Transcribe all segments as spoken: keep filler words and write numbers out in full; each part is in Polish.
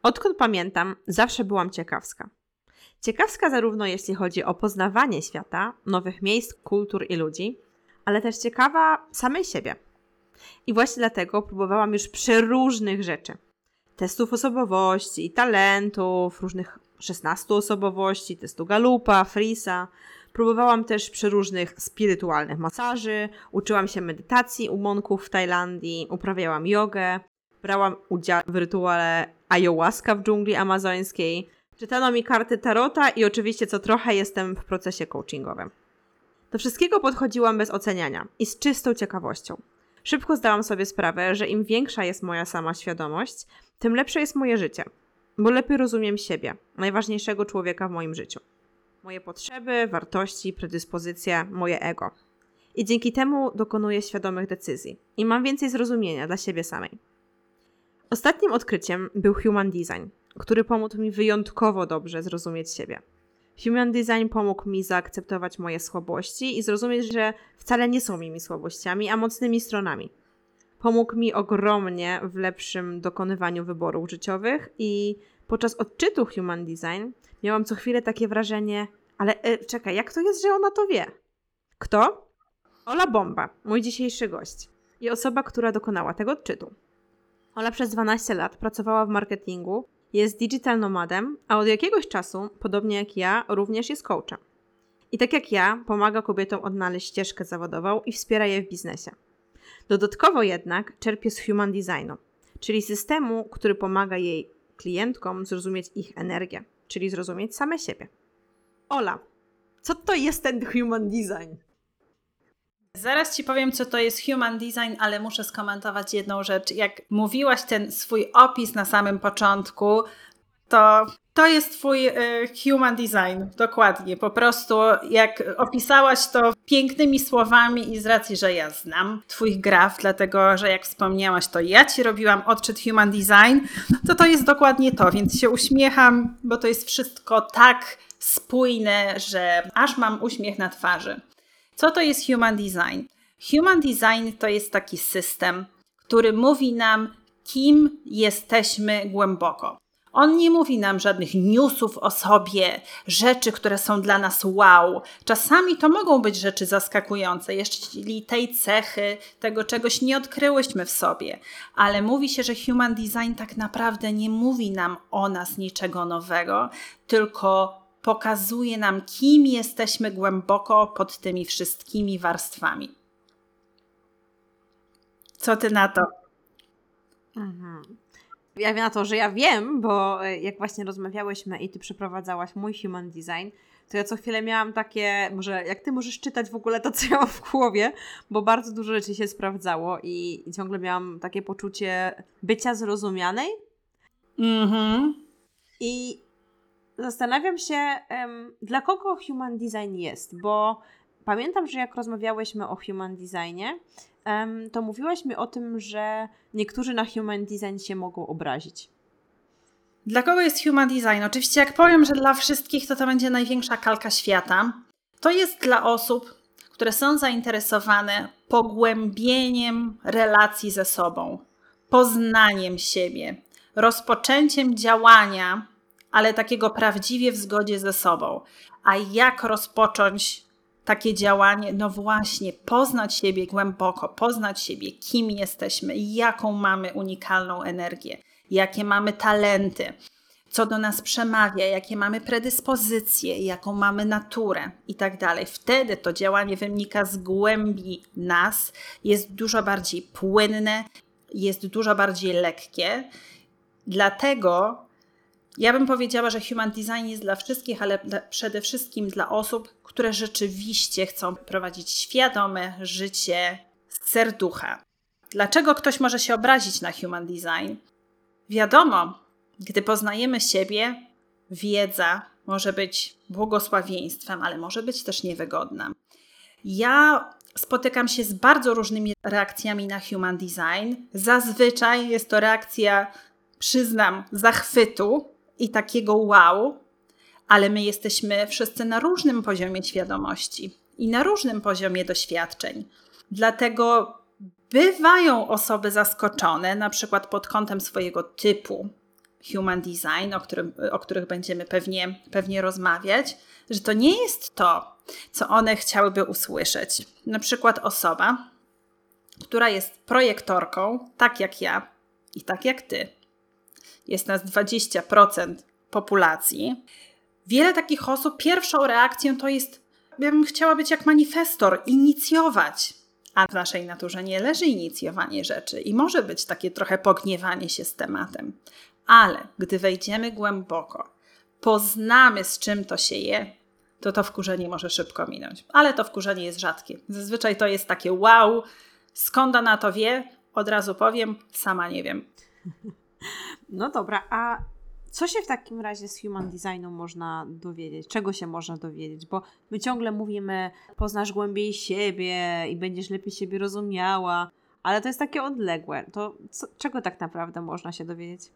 Odkąd pamiętam, zawsze byłam ciekawska. Ciekawska zarówno jeśli chodzi o poznawanie świata, nowych miejsc, kultur i ludzi, ale też ciekawa samej siebie. I właśnie dlatego próbowałam już przeróżnych rzeczy. Testów osobowości i talentów, różnych szesnastu osobowości, testu Gallupa, Frisa. Próbowałam też przeróżnych spirytualnych masaży, uczyłam się medytacji u monków w Tajlandii, uprawiałam jogę, brałam udział w rytuale ayahuasca w dżungli amazońskiej, czytano mi karty tarota i oczywiście co trochę jestem w procesie coachingowym. Do wszystkiego podchodziłam bez oceniania i z czystą ciekawością. Szybko zdałam sobie sprawę, że im większa jest moja sama świadomość, tym lepsze jest moje życie, bo lepiej rozumiem siebie, najważniejszego człowieka w moim życiu. Moje potrzeby, wartości, predyspozycje, moje ego. I dzięki temu dokonuję świadomych decyzji i mam więcej zrozumienia dla siebie samej. Ostatnim odkryciem był Human Design, który pomógł mi wyjątkowo dobrze zrozumieć siebie. Human Design pomógł mi zaakceptować moje słabości i zrozumieć, że wcale nie są moimi słabościami, a mocnymi stronami. Pomógł mi ogromnie w lepszym dokonywaniu wyborów życiowych i podczas odczytu Human Design miałam co chwilę takie wrażenie, ale e, czekaj, jak to jest, że ona to wie? Kto? Ola Bomba, mój dzisiejszy gość i osoba, która dokonała tego odczytu. Ola przez dwanaście lat pracowała w marketingu, jest digital nomadem, a od jakiegoś czasu, podobnie jak ja, również jest coachem. I tak jak ja, pomaga kobietom odnaleźć ścieżkę zawodową i wspiera je w biznesie. Dodatkowo jednak czerpie z Human Designu, czyli systemu, który pomaga jej klientkom zrozumieć ich energię, czyli zrozumieć same siebie. Ola, co to jest ten Human Design? Zaraz Ci powiem, co to jest Human Design, ale muszę skomentować jedną rzecz. Jak mówiłaś ten swój opis na samym początku, to to jest Twój y, Human Design, dokładnie. Po prostu jak opisałaś to pięknymi słowami i z racji, że ja znam Twój graf, dlatego, że jak wspomniałaś, to ja Ci robiłam odczyt Human Design, to to jest dokładnie to, więc się uśmiecham, bo to jest wszystko tak spójne, że aż mam uśmiech na twarzy. Co to jest Human Design? Human Design to jest taki system, który mówi nam, kim jesteśmy głęboko. On nie mówi nam żadnych newsów o sobie, rzeczy, które są dla nas wow. Czasami to mogą być rzeczy zaskakujące, jeśli tej cechy, tego czegoś nie odkryłyśmy w sobie. Ale mówi się, że Human Design tak naprawdę nie mówi nam o nas niczego nowego, tylko pokazuje nam, kim jesteśmy głęboko pod tymi wszystkimi warstwami. Co ty na to? Mhm. Ja wiem na to, że ja wiem, bo jak właśnie rozmawiałyśmy i ty przeprowadzałaś mój Human Design, to ja co chwilę miałam takie, może jak ty możesz czytać w ogóle to, co ja mam w głowie, bo bardzo dużo rzeczy się sprawdzało i, i ciągle miałam takie poczucie bycia zrozumianej. Mhm. I zastanawiam się, um, dla kogo Human Design jest, bo pamiętam, że jak rozmawiałyśmy o Human Designie, um, to mówiłaś mi o tym, że niektórzy na Human Design się mogą obrazić. Dla kogo jest Human Design? Oczywiście jak powiem, że dla wszystkich, to to będzie największa kalka świata. To jest dla osób, które są zainteresowane pogłębieniem relacji ze sobą, poznaniem siebie, rozpoczęciem działania, ale takiego prawdziwie w zgodzie ze sobą. A jak rozpocząć takie działanie? No właśnie, poznać siebie głęboko, poznać siebie, kim jesteśmy, jaką mamy unikalną energię, jakie mamy talenty, co do nas przemawia, jakie mamy predyspozycje, jaką mamy naturę i tak dalej. Wtedy to działanie wynika z głębi nas, jest dużo bardziej płynne, jest dużo bardziej lekkie. Dlatego ja bym powiedziała, że Human Design jest dla wszystkich, ale przede wszystkim dla osób, które rzeczywiście chcą prowadzić świadome życie z serducha. Dlaczego ktoś może się obrazić na Human Design? Wiadomo, gdy poznajemy siebie, wiedza może być błogosławieństwem, ale może być też niewygodna. Ja spotykam się z bardzo różnymi reakcjami na Human Design. Zazwyczaj jest to reakcja, przyznam, zachwytu i takiego wow, ale my jesteśmy wszyscy na różnym poziomie świadomości i na różnym poziomie doświadczeń. Dlatego bywają osoby zaskoczone, na przykład pod kątem swojego typu Human Design, o, którym, o których będziemy pewnie, pewnie rozmawiać, że to nie jest to, co one chciałyby usłyszeć. Na przykład osoba, która jest projektorką, tak jak ja i tak jak ty. Jest nas dwadzieścia procent populacji. Wiele takich osób, pierwszą reakcją to jest, ja bym chciała być jak manifestor, inicjować. A w naszej naturze nie leży inicjowanie rzeczy i może być takie trochę pogniewanie się z tematem. Ale gdy wejdziemy głęboko, poznamy, z czym to się je, to to wkurzenie może szybko minąć. Ale to wkurzenie jest rzadkie. Zazwyczaj to jest takie wow, skąd ona to wie? Od razu powiem, sama nie wiem. No dobra, a co się w takim razie z Human Designu można dowiedzieć? Czego się można dowiedzieć? Bo my ciągle mówimy, poznasz głębiej siebie i będziesz lepiej siebie rozumiała, ale to jest takie odległe. To co, czego tak naprawdę można się dowiedzieć?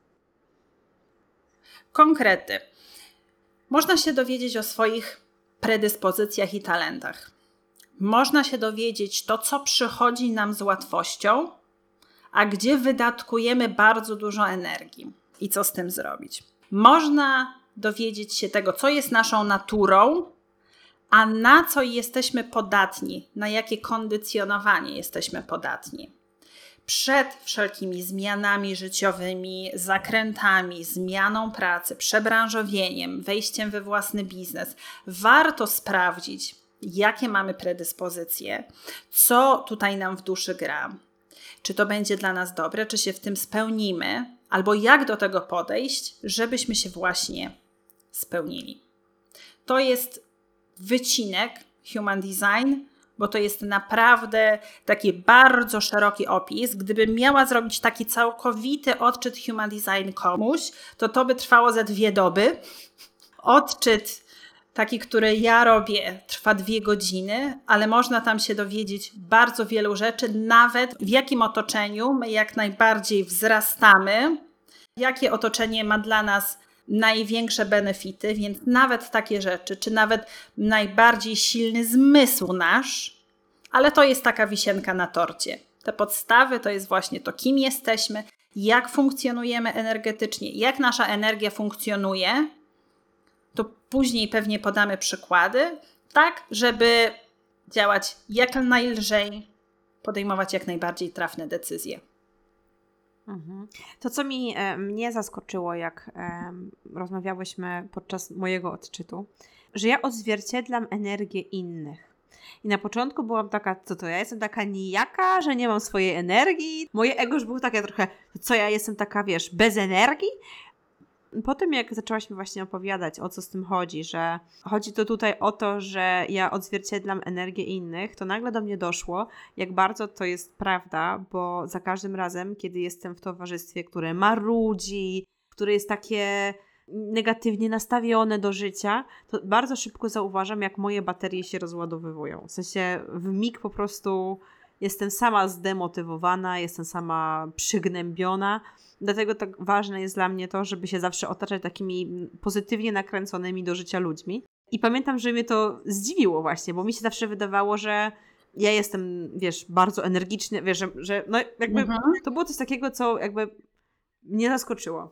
Konkrety. Można się dowiedzieć o swoich predyspozycjach i talentach. Można się dowiedzieć to, co przychodzi nam z łatwością, a gdzie wydatkujemy bardzo dużo energii i co z tym zrobić. Można dowiedzieć się tego, co jest naszą naturą, a na co jesteśmy podatni, na jakie kondycjonowanie jesteśmy podatni. Przed wszelkimi zmianami życiowymi, zakrętami, zmianą pracy, przebranżowieniem, wejściem we własny biznes, warto sprawdzić, jakie mamy predyspozycje, co tutaj nam w duszy gra. Czy to będzie dla nas dobre, czy się w tym spełnimy, albo jak do tego podejść, żebyśmy się właśnie spełnili. To jest wycinek Human Design, bo to jest naprawdę taki bardzo szeroki opis. Gdybym miała zrobić taki całkowity odczyt Human Design komuś, to to by trwało ze dwie doby. Odczyt taki, który ja robię, trwa dwie godziny, ale można tam się dowiedzieć bardzo wielu rzeczy, nawet w jakim otoczeniu my jak najbardziej wzrastamy, jakie otoczenie ma dla nas największe benefity, więc nawet takie rzeczy, czy nawet najbardziej silny zmysł nasz, ale to jest taka wisienka na torcie. Te podstawy to jest właśnie to, kim jesteśmy, jak funkcjonujemy energetycznie, jak nasza energia funkcjonuje, to później pewnie podamy przykłady, tak, żeby działać jak najlżej, podejmować jak najbardziej trafne decyzje. Mhm. To, co mi, e, mnie zaskoczyło, jak e, rozmawiałyśmy podczas mojego odczytu, że ja odzwierciedlam energię innych. I na początku byłam taka, co to ja jestem taka nijaka, że nie mam swojej energii. Moje ego już było takie trochę, co ja jestem taka, wiesz, bez energii. Potem jak zaczęłaś mi właśnie opowiadać, o co z tym chodzi, że chodzi to tutaj o to, że ja odzwierciedlam energię innych, to nagle do mnie doszło, jak bardzo to jest prawda, bo za każdym razem, kiedy jestem w towarzystwie, które marudzi, które jest takie negatywnie nastawione do życia, to bardzo szybko zauważam, jak moje baterie się rozładowywują. W sensie w mig po prostu jestem sama zdemotywowana, jestem sama przygnębiona. Dlatego tak ważne jest dla mnie to, żeby się zawsze otaczać takimi pozytywnie nakręconymi do życia ludźmi. I pamiętam, że mnie to zdziwiło właśnie, bo mi się zawsze wydawało, że ja jestem, wiesz, bardzo energiczny, wiesz, że, że no jakby mhm. to było coś takiego, co jakby mnie zaskoczyło.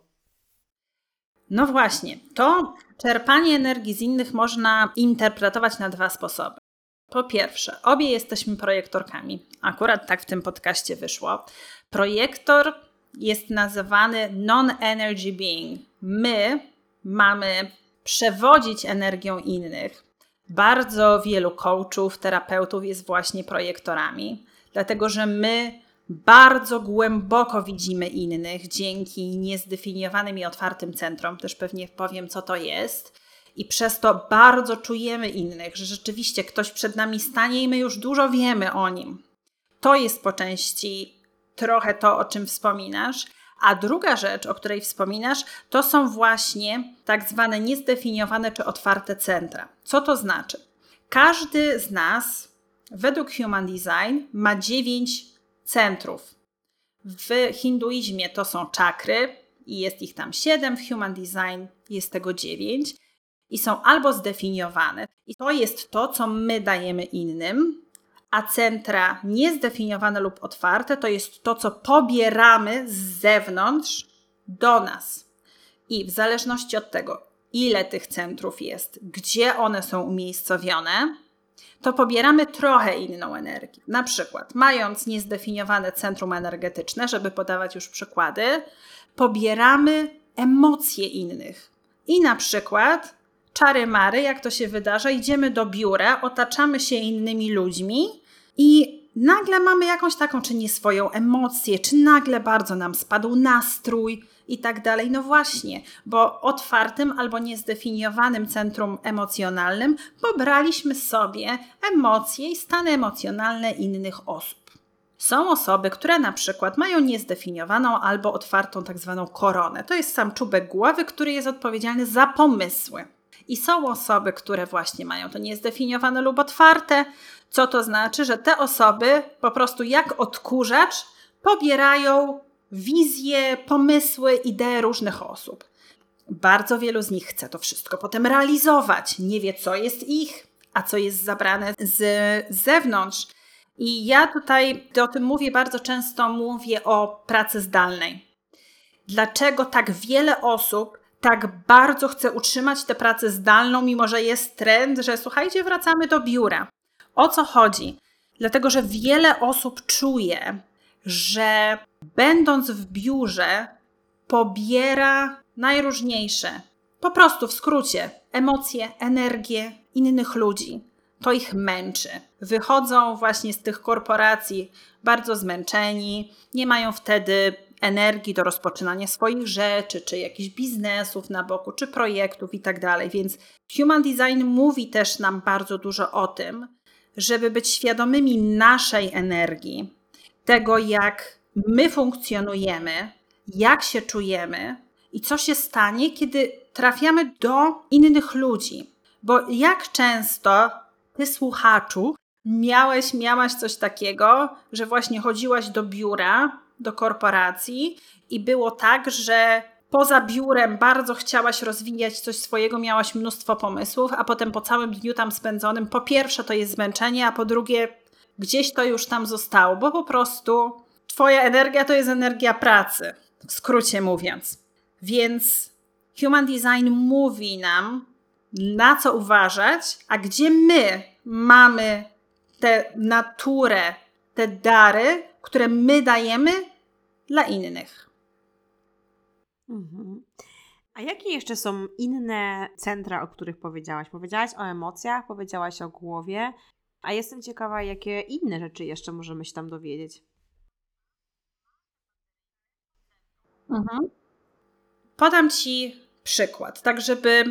No właśnie, to czerpanie energii z innych można interpretować na dwa sposoby. Po pierwsze, obie jesteśmy projektorkami. Akurat tak w tym podcaście wyszło. Projektor jest nazywany non-energy being. My mamy przewodzić energią innych. Bardzo wielu coachów, terapeutów jest właśnie projektorami, dlatego że my bardzo głęboko widzimy innych dzięki niezdefiniowanym i otwartym centrom. Też pewnie powiem, co to jest. I przez to bardzo czujemy innych, że rzeczywiście ktoś przed nami stanie i my już dużo wiemy o nim. To jest po części trochę to, o czym wspominasz. A druga rzecz, o której wspominasz, to są właśnie tak zwane niezdefiniowane czy otwarte centra. Co to znaczy? Każdy z nas według Human Design ma dziewięć centrów. W hinduizmie to są czakry i jest ich tam siedem, w Human Design jest tego dziewięć i są albo zdefiniowane. I to jest to, co my dajemy innym, a centra niezdefiniowane lub otwarte to jest to, co pobieramy z zewnątrz do nas. I w zależności od tego, ile tych centrów jest, gdzie one są umiejscowione, to pobieramy trochę inną energię. Na przykład, mając niezdefiniowane centrum energetyczne, żeby podawać już przykłady, pobieramy emocje innych. I na przykład czary mary, jak to się wydarza, idziemy do biura, otaczamy się innymi ludźmi i nagle mamy jakąś taką, czy nie swoją emocję, czy nagle bardzo nam spadł nastrój i tak dalej. No właśnie, bo otwartym albo niezdefiniowanym centrum emocjonalnym pobraliśmy sobie emocje i stany emocjonalne innych osób. Są osoby, które na przykład mają niezdefiniowaną albo otwartą tak zwaną koronę. To jest sam czubek głowy, który jest odpowiedzialny za pomysły. I są osoby, które właśnie mają to niezdefiniowane lub otwarte, co to znaczy, że te osoby po prostu jak odkurzacz pobierają wizje, pomysły, idee różnych osób. Bardzo wielu z nich chce to wszystko potem realizować. Nie wie, co jest ich, a co jest zabrane z zewnątrz. I ja tutaj o tym mówię bardzo często, mówię o pracy zdalnej. Dlaczego tak wiele osób tak bardzo chce utrzymać tę pracę zdalną, mimo że jest trend, że słuchajcie, wracamy do biura. O co chodzi? Dlatego, że wiele osób czuje, że będąc w biurze pobiera najróżniejsze, po prostu w skrócie, emocje, energię innych ludzi. To ich męczy. Wychodzą właśnie z tych korporacji bardzo zmęczeni, nie mają wtedy energii do rozpoczynania swoich rzeczy, czy jakichś biznesów na boku, czy projektów i tak dalej. Więc Human Design mówi też nam bardzo dużo o tym, żeby być świadomymi naszej energii, tego jak my funkcjonujemy, jak się czujemy i co się stanie, kiedy trafiamy do innych ludzi. Bo jak często ty, słuchaczu, miałeś, miałaś coś takiego, że właśnie chodziłaś do biura, do korporacji i było tak, że poza biurem bardzo chciałaś rozwijać coś swojego, miałaś mnóstwo pomysłów, a potem po całym dniu tam spędzonym, po pierwsze to jest zmęczenie, a po drugie gdzieś to już tam zostało, bo po prostu twoja energia to jest energia pracy, w skrócie mówiąc. Więc Human Design mówi nam, na co uważać, a gdzie my mamy tę naturę, te dary, które my dajemy dla innych. Mhm. A jakie jeszcze są inne centra, o których powiedziałaś? Powiedziałaś o emocjach, powiedziałaś o głowie, a jestem ciekawa, jakie inne rzeczy jeszcze możemy się tam dowiedzieć. Mhm. Podam Ci przykład, tak żeby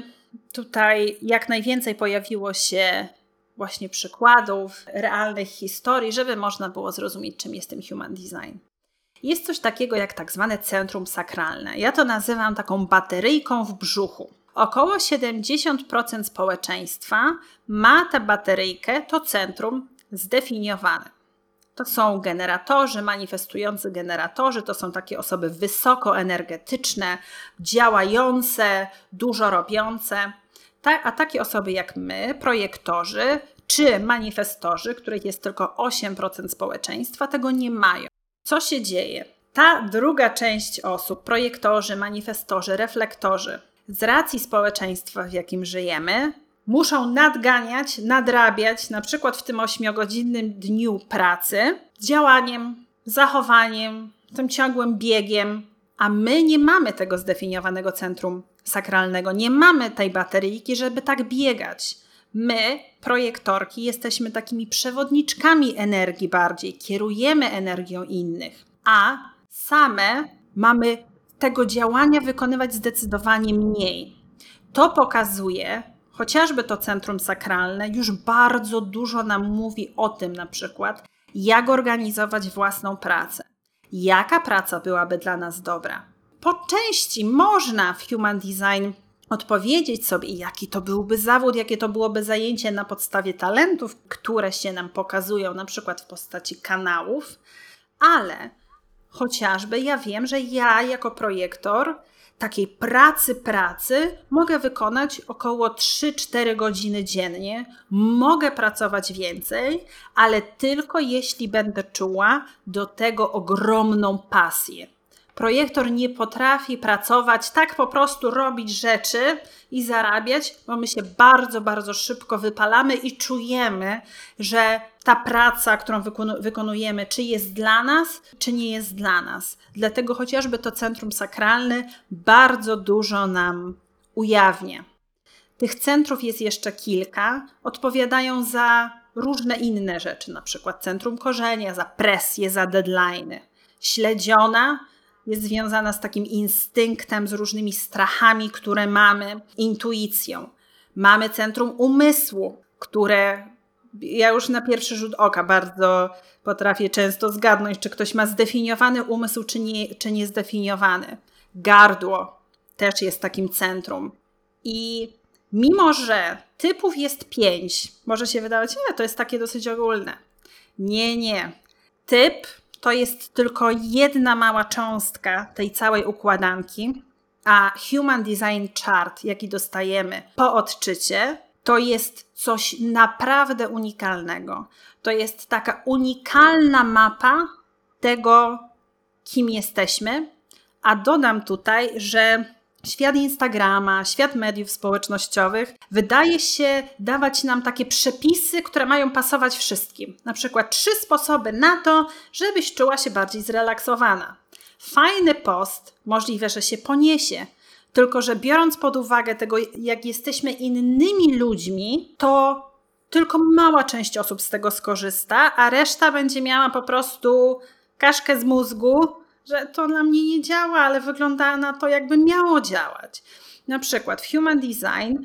tutaj jak najwięcej pojawiło się właśnie przykładów, realnych historii, żeby można było zrozumieć, czym jest ten Human Design. Jest coś takiego jak tak zwane centrum sakralne. Ja to nazywam taką bateryjką w brzuchu. Około siedemdziesiąt procent społeczeństwa ma tę bateryjkę, to centrum zdefiniowane. To są generatorzy, manifestujący generatorzy, to są takie osoby wysokoenergetyczne, działające, dużo robiące. A takie osoby jak my, projektorzy czy manifestorzy, których jest tylko osiem procent społeczeństwa, tego nie mają. Co się dzieje? Ta druga część osób, projektorzy, manifestorzy, reflektorzy, z racji społeczeństwa, w jakim żyjemy, muszą nadganiać, nadrabiać, na przykład w tym ośmiogodzinnym dniu pracy, działaniem, zachowaniem, tym ciągłym biegiem, a my nie mamy tego zdefiniowanego centrum sakralnego, nie mamy tej bateryjki, żeby tak biegać. My, projektorki, jesteśmy takimi przewodniczkami energii bardziej, kierujemy energią innych, a same mamy tego działania wykonywać zdecydowanie mniej. To pokazuje, chociażby to centrum sakralne już bardzo dużo nam mówi o tym na przykład, jak organizować własną pracę. Jaka praca byłaby dla nas dobra? Po części można w Human Design odpowiedzieć sobie, jaki to byłby zawód, jakie to byłoby zajęcie na podstawie talentów, które się nam pokazują na przykład w postaci kanałów, ale chociażby ja wiem, że ja jako projektor takiej pracy, pracy mogę wykonać około trzy cztery godziny dziennie, mogę pracować więcej, ale tylko jeśli będę czuła do tego ogromną pasję. Projektor nie potrafi pracować, tak po prostu robić rzeczy i zarabiać, bo my się bardzo, bardzo szybko wypalamy i czujemy, że ta praca, którą wykonujemy, czy jest dla nas, czy nie jest dla nas. Dlatego chociażby to centrum sakralne bardzo dużo nam ujawnia. Tych centrów jest jeszcze kilka, odpowiadają za różne inne rzeczy, na przykład centrum korzenia, za presję, za deadline'y. Śledziona jest związana z takim instynktem, z różnymi strachami, które mamy, intuicją. Mamy centrum umysłu, które ja już na pierwszy rzut oka bardzo potrafię często zgadnąć, czy ktoś ma zdefiniowany umysł, czy nie, czy niezdefiniowany. Gardło też jest takim centrum. I mimo że typów jest pięć, może się wydawać, że to jest takie dosyć ogólne. Nie, nie. Typ to jest tylko jedna mała cząstka tej całej układanki, a Human Design Chart, jaki dostajemy po odczycie, to jest coś naprawdę unikalnego. To jest taka unikalna mapa tego, kim jesteśmy, a dodam tutaj, że świat Instagrama, świat mediów społecznościowych wydaje się dawać nam takie przepisy, które mają pasować wszystkim. Na przykład trzy sposoby na to, żebyś czuła się bardziej zrelaksowana. Fajny post, możliwe, że się poniesie, tylko że biorąc pod uwagę tego, jak jesteśmy innymi ludźmi, to tylko mała część osób z tego skorzysta, a reszta będzie miała po prostu kaszkę z mózgu, że to dla mnie nie działa, ale wygląda na to, jakby miało działać. Na przykład w Human Design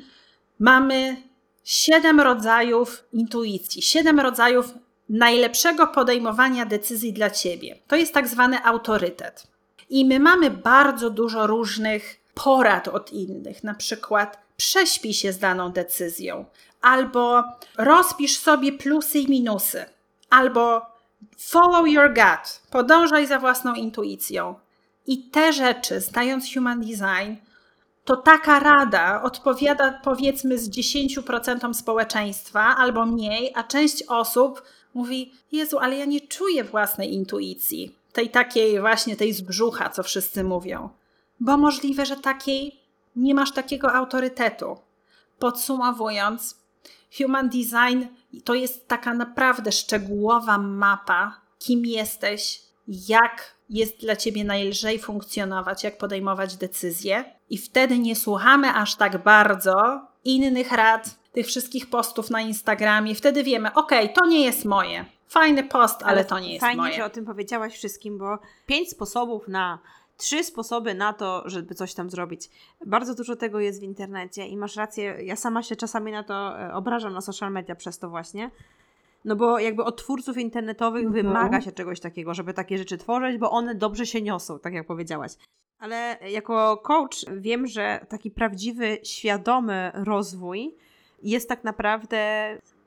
mamy siedem rodzajów intuicji, siedem rodzajów najlepszego podejmowania decyzji dla ciebie. To jest tak zwany autorytet. I my mamy bardzo dużo różnych porad od innych, na przykład prześpij się z daną decyzją, albo rozpisz sobie plusy i minusy, albo follow your gut, podążaj za własną intuicją. I te rzeczy, znając Human Design, to taka rada odpowiada powiedzmy z dziesięć procent społeczeństwa albo mniej, a część osób mówi, Jezu, ale ja nie czuję własnej intuicji, tej takiej właśnie tej z brzucha, co wszyscy mówią. Bo możliwe, że takiej nie masz takiego autorytetu. Podsumowując, Human Design to jest taka naprawdę szczegółowa mapa, kim jesteś, jak jest dla ciebie najlżej funkcjonować, jak podejmować decyzje. I wtedy nie słuchamy aż tak bardzo innych rad, tych wszystkich postów na Instagramie. Wtedy wiemy, okej, okay, to nie jest moje. Fajny post, ale, ale to nie jest fajnie, moje. Fajnie, że o tym powiedziałaś wszystkim, bo pięć sposobów na... Trzy sposoby na to, żeby coś tam zrobić. Bardzo dużo tego jest w internecie i masz rację, ja sama się czasami na to obrażam, na social media przez to właśnie. No bo jakby od twórców internetowych mhm. wymaga się czegoś takiego, żeby takie rzeczy tworzyć, bo one dobrze się niosą, tak jak powiedziałaś. Ale jako coach wiem, że taki prawdziwy, świadomy rozwój jest tak naprawdę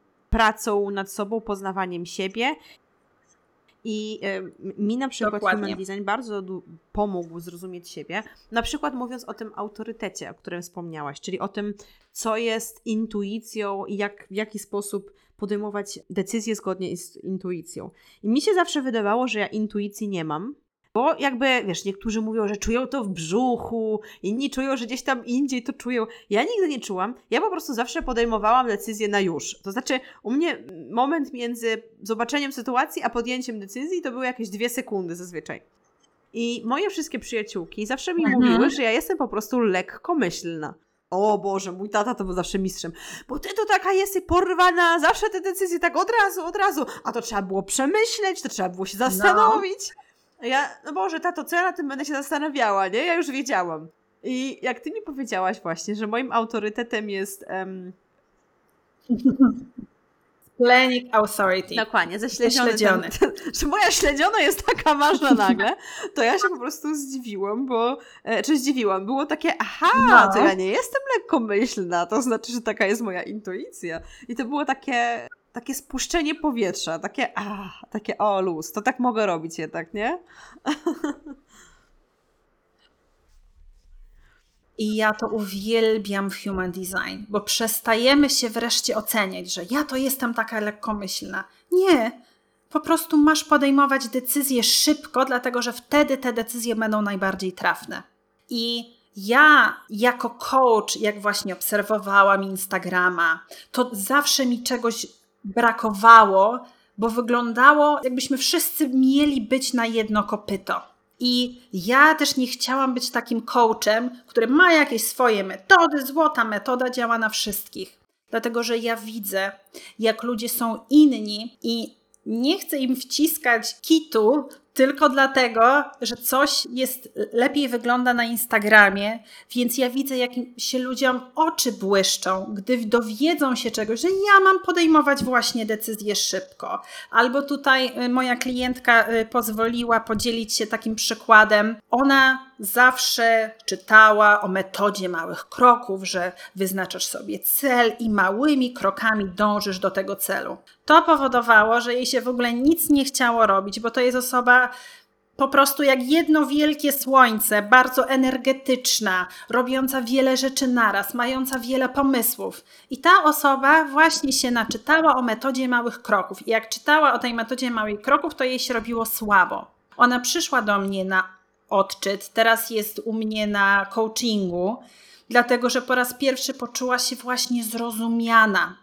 pracą nad sobą, poznawaniem siebie. I y, mi na przykład Dokładnie. Human Design bardzo du- pomógł zrozumieć siebie. Na przykład mówiąc o tym autorytecie, o którym wspomniałaś, czyli o tym, co jest intuicją i jak, w jaki sposób podejmować decyzje zgodnie z intuicją. I mi się zawsze wydawało, że ja intuicji nie mam, bo jakby, wiesz, niektórzy mówią, że czują to w brzuchu, inni czują, że gdzieś tam indziej to czują. Ja nigdy nie czułam. Ja po prostu zawsze podejmowałam decyzję na już. To znaczy, u mnie moment między zobaczeniem sytuacji a podjęciem decyzji to były jakieś dwie sekundy zazwyczaj. I moje wszystkie przyjaciółki zawsze mi mhm. mówiły, że ja jestem po prostu lekkomyślna. O Boże, mój tata to był zawsze mistrzem. Bo ty to taka jesteś porwana, zawsze te decyzje tak od razu, od razu. A to trzeba było przemyśleć, to trzeba było się zastanowić. No. Ja, no Boże, tato, co ja na tym będę się zastanawiała, nie? Ja już wiedziałam. I jak ty mi powiedziałaś właśnie, że moim autorytetem jest... Um... Splenic authority. Dokładnie, ześledziony. Ten, ten, że moja śledziona jest taka ważna nagle, to ja się po prostu zdziwiłam, bo... E, czy zdziwiłam? Było takie, aha, no. to ja nie jestem lekkomyślna, to znaczy, że taka jest moja intuicja. I to było takie... Takie spuszczenie powietrza, takie a, takie o luz, to tak mogę robić jednak, nie? I ja to uwielbiam w Human Design, bo przestajemy się wreszcie oceniać, że ja to jestem taka lekkomyślna. Nie, po prostu masz podejmować decyzje szybko, dlatego że wtedy te decyzje będą najbardziej trafne. I ja jako coach, jak właśnie obserwowałam Instagrama, to zawsze mi czegoś brakowało, bo wyglądało, jakbyśmy wszyscy mieli być na jedno kopyto. I ja też nie chciałam być takim coachem, który ma jakieś swoje metody, złota metoda działa na wszystkich. Dlatego, że ja widzę, jak ludzie są inni i nie chcę im wciskać kitu tylko dlatego, że coś jest, lepiej wygląda na Instagramie, więc ja widzę, jak się ludziom oczy błyszczą, gdy dowiedzą się czegoś, że ja mam podejmować właśnie decyzje szybko. Albo tutaj moja klientka pozwoliła podzielić się takim przykładem. Ona zawsze czytała o metodzie małych kroków, że wyznaczasz sobie cel i małymi krokami dążysz do tego celu. To powodowało, że jej się w ogóle nic nie chciało robić, bo to jest osoba po prostu jak jedno wielkie słońce, bardzo energetyczna, robiąca wiele rzeczy naraz, mająca wiele pomysłów. I ta osoba właśnie się naczytała o metodzie małych kroków. I jak czytała o tej metodzie małych kroków, to jej się robiło słabo. Ona przyszła do mnie na odczyt, teraz jest u mnie na coachingu, dlatego że po raz pierwszy poczuła się właśnie zrozumiana.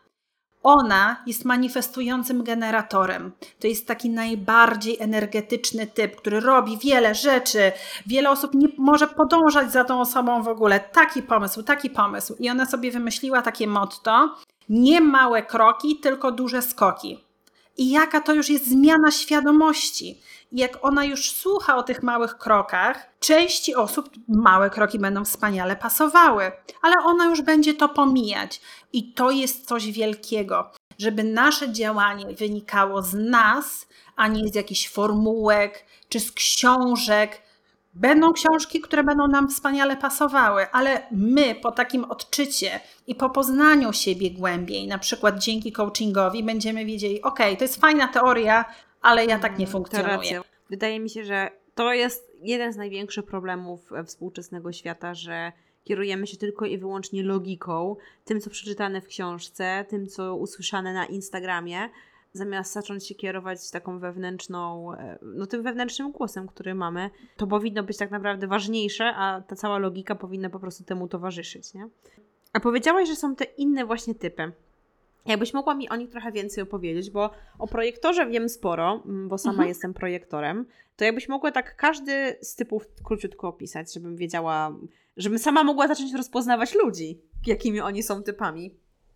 Ona jest manifestującym generatorem. To jest taki najbardziej energetyczny typ, który robi wiele rzeczy. Wiele osób nie może podążać za tą osobą w ogóle. Taki pomysł, taki pomysł. I ona sobie wymyśliła takie motto: nie małe kroki, tylko duże skoki. I jaka to już jest zmiana świadomości. I jak ona już słucha o tych małych krokach, części osób małe kroki będą wspaniale pasowały, ale ona już będzie to pomijać. I to jest coś wielkiego, żeby nasze działanie wynikało z nas, a nie z jakichś formułek czy z książek. Będą książki, które będą nam wspaniale pasowały, ale my po takim odczycie i po poznaniu siebie głębiej, na przykład dzięki coachingowi, będziemy wiedzieli, ok, to jest fajna teoria, ale ja tak nie funkcjonuję. Wydaje mi się, że to jest jeden z największych problemów współczesnego świata, że kierujemy się tylko i wyłącznie logiką, tym co przeczytane w książce, tym co usłyszane na Instagramie, zamiast zacząć się kierować taką wewnętrzną, no tym wewnętrznym głosem, który mamy. To powinno być tak naprawdę ważniejsze, a ta cała logika powinna po prostu temu towarzyszyć, nie? A powiedziałaś, że są te inne właśnie typy. Jakbyś mogła mi o nich trochę więcej opowiedzieć, bo o projektorze wiem sporo, bo sama mhm. jestem projektorem, to jakbyś mogła tak każdy z typów króciutko opisać, żebym wiedziała, żebym sama mogła zacząć rozpoznawać ludzi, jakimi oni są typami.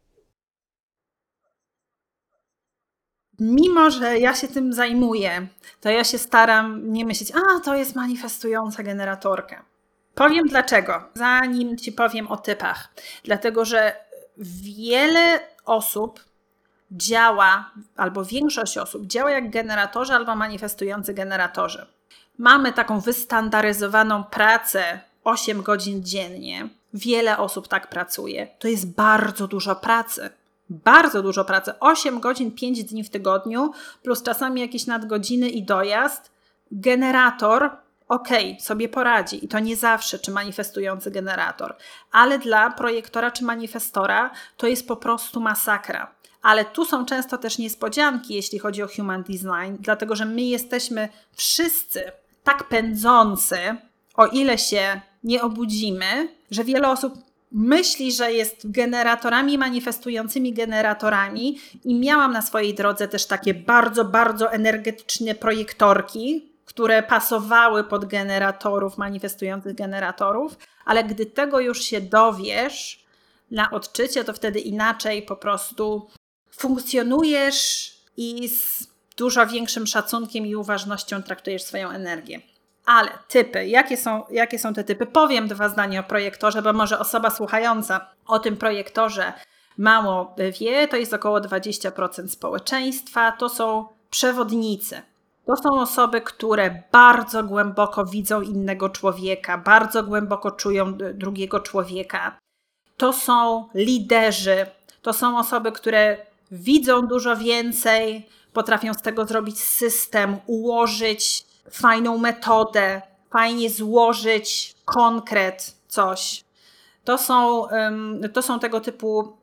Mimo że ja się tym zajmuję, to ja się staram nie myśleć, a to jest manifestująca generatorka. Powiem dlaczego, zanim Ci powiem o typach. Dlatego, że wiele osób działa, albo większość osób działa jak generatorzy albo manifestujący generatorzy. Mamy taką wystandaryzowaną pracę osiem godzin dziennie. Wiele osób tak pracuje. To jest bardzo dużo pracy. Bardzo dużo pracy. osiem godzin, pięć dni w tygodniu, plus czasami jakieś nadgodziny i dojazd. Generator, okej, okay, sobie poradzi. I to nie zawsze, czy manifestujący generator. Ale dla projektora czy manifestora to jest po prostu masakra. Ale tu są często też niespodzianki, jeśli chodzi o human design, dlatego że my jesteśmy wszyscy tak pędzący, o ile się nie obudzimy, że wiele osób myśli, że jest generatorami, manifestującymi generatorami i miałam na swojej drodze też takie bardzo, bardzo energetyczne projektorki, które pasowały pod generatorów, manifestujących generatorów, ale gdy tego już się dowiesz na odczycie, to wtedy inaczej po prostu funkcjonujesz i z dużo większym szacunkiem i uważnością traktujesz swoją energię. Ale typy, jakie są, jakie są te typy? Powiem dwa zdania o projektorze, bo może osoba słuchająca o tym projektorze mało wie, to jest około dwadzieścia procent społeczeństwa, to są przewodnicy. To są osoby, które bardzo głęboko widzą innego człowieka, bardzo głęboko czują drugiego człowieka. To są liderzy, to są osoby, które widzą dużo więcej, potrafią z tego zrobić system, ułożyć fajną metodę, fajnie złożyć konkret coś. To są, to są tego typu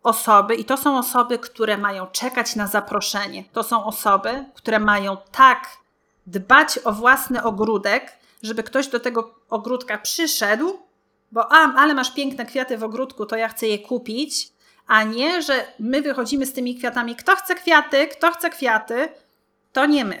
osoby, i to są osoby, które mają czekać na zaproszenie. To są osoby, które mają tak dbać o własny ogródek, żeby ktoś do tego ogródka przyszedł, bo a, ale masz piękne kwiaty w ogródku, to ja chcę je kupić, a nie, że my wychodzimy z tymi kwiatami. Kto chce kwiaty, kto chce kwiaty, to nie my.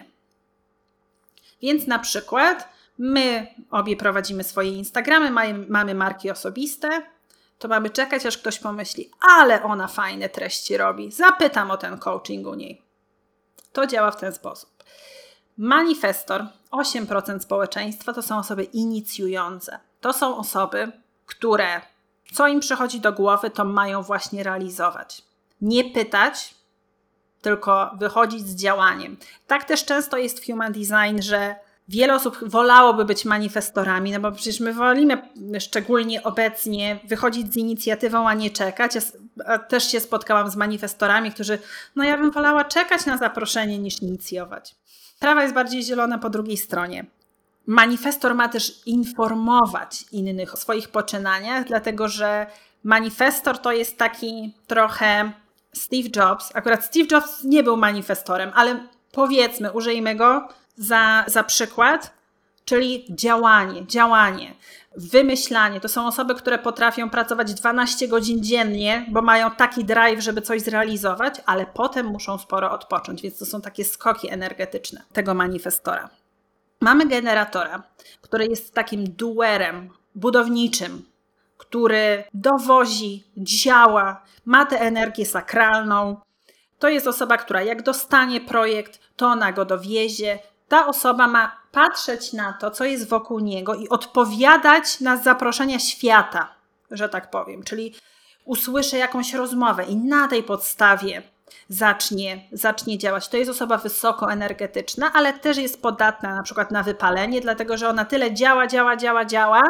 Więc na przykład my obie prowadzimy swoje Instagramy, mamy, mamy marki osobiste, to mamy czekać, aż ktoś pomyśli, ale ona fajne treści robi, zapytam o ten coaching u niej. To działa w ten sposób. Manifestor, osiem procent społeczeństwa to są osoby inicjujące. To są osoby, które co im przychodzi do głowy, to mają właśnie realizować. Nie pytać, tylko wychodzić z działaniem. Tak też często jest w Human Design, że wiele osób wolałoby być manifestorami, no bo przecież my wolimy szczególnie obecnie wychodzić z inicjatywą, a nie czekać. Ja też się spotkałam z manifestorami, którzy, no ja bym wolała czekać na zaproszenie niż inicjować. Trawa jest bardziej zielona po drugiej stronie. Manifestor ma też informować innych o swoich poczynaniach, dlatego że manifestor to jest taki trochę Steve Jobs. Akurat Steve Jobs nie był manifestorem, ale powiedzmy, użyjmy go za, za przykład, czyli działanie, działanie, wymyślanie. To są osoby, które potrafią pracować dwanaście godzin dziennie, bo mają taki drive, żeby coś zrealizować, ale potem muszą sporo odpocząć, więc to są takie skoki energetyczne tego manifestora. Mamy generatora, który jest takim doerem budowniczym, który dowozi, działa, ma tę energię sakralną. To jest osoba, która jak dostanie projekt, to ona go dowiezie. Ta osoba ma patrzeć na to, co jest wokół niego i odpowiadać na zaproszenia świata, że tak powiem. Czyli usłyszę jakąś rozmowę i na tej podstawie zacznie, zacznie działać. To jest osoba wysokoenergetyczna, ale też jest podatna na przykład na wypalenie, dlatego że ona tyle działa, działa, działa, działa,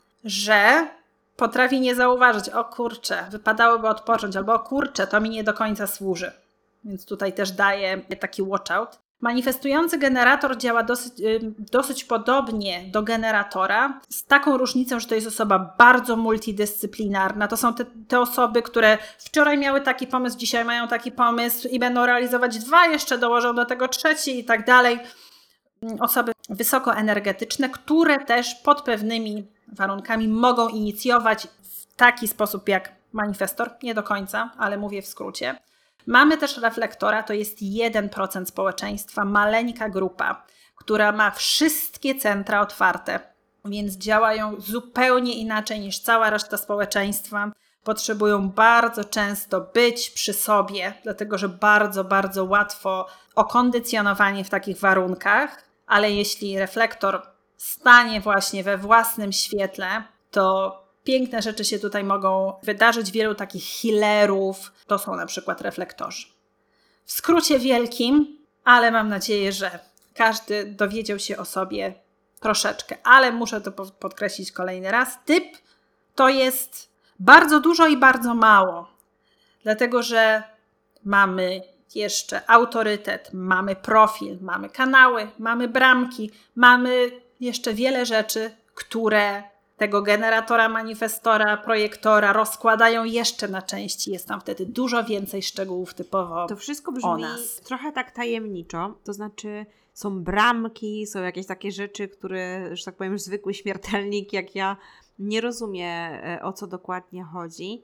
że potrafi nie zauważyć, o kurczę, wypadałoby odpocząć, albo o kurczę, to mi nie do końca służy. Więc tutaj też daje taki watch out. Manifestujący generator działa dosyć, dosyć podobnie do generatora, z taką różnicą, że to jest osoba bardzo multidyscyplinarna. To są te, te osoby, które wczoraj miały taki pomysł, dzisiaj mają taki pomysł i będą realizować dwa, jeszcze dołożą do tego trzeci i tak dalej. Osoby wysokoenergetyczne, które też pod pewnymi warunkami mogą inicjować w taki sposób jak manifestor. Nie do końca, ale mówię w skrócie. Mamy też reflektora, to jest jeden procent społeczeństwa, maleńka grupa, która ma wszystkie centra otwarte, więc działają zupełnie inaczej niż cała reszta społeczeństwa. Potrzebują bardzo często być przy sobie, dlatego że bardzo, bardzo łatwo okondycjonowanie w takich warunkach, ale jeśli reflektor stanie właśnie we własnym świetle, to piękne rzeczy się tutaj mogą wydarzyć. Wielu takich healerów to są na przykład reflektorzy. W skrócie wielkim, ale mam nadzieję, że każdy dowiedział się o sobie troszeczkę, ale muszę to podkreślić kolejny raz. Typ to jest bardzo dużo i bardzo mało, dlatego że mamy jeszcze autorytet, mamy profil, mamy kanały, mamy bramki, mamy jeszcze wiele rzeczy, które tego generatora, manifestora, projektora rozkładają jeszcze na części. Jest tam wtedy dużo więcej szczegółów typowo To wszystko o brzmi nas. trochę tak tajemniczo, to znaczy są bramki, są jakieś takie rzeczy, które, że tak powiem, zwykły śmiertelnik jak ja nie rozumie, o co dokładnie chodzi.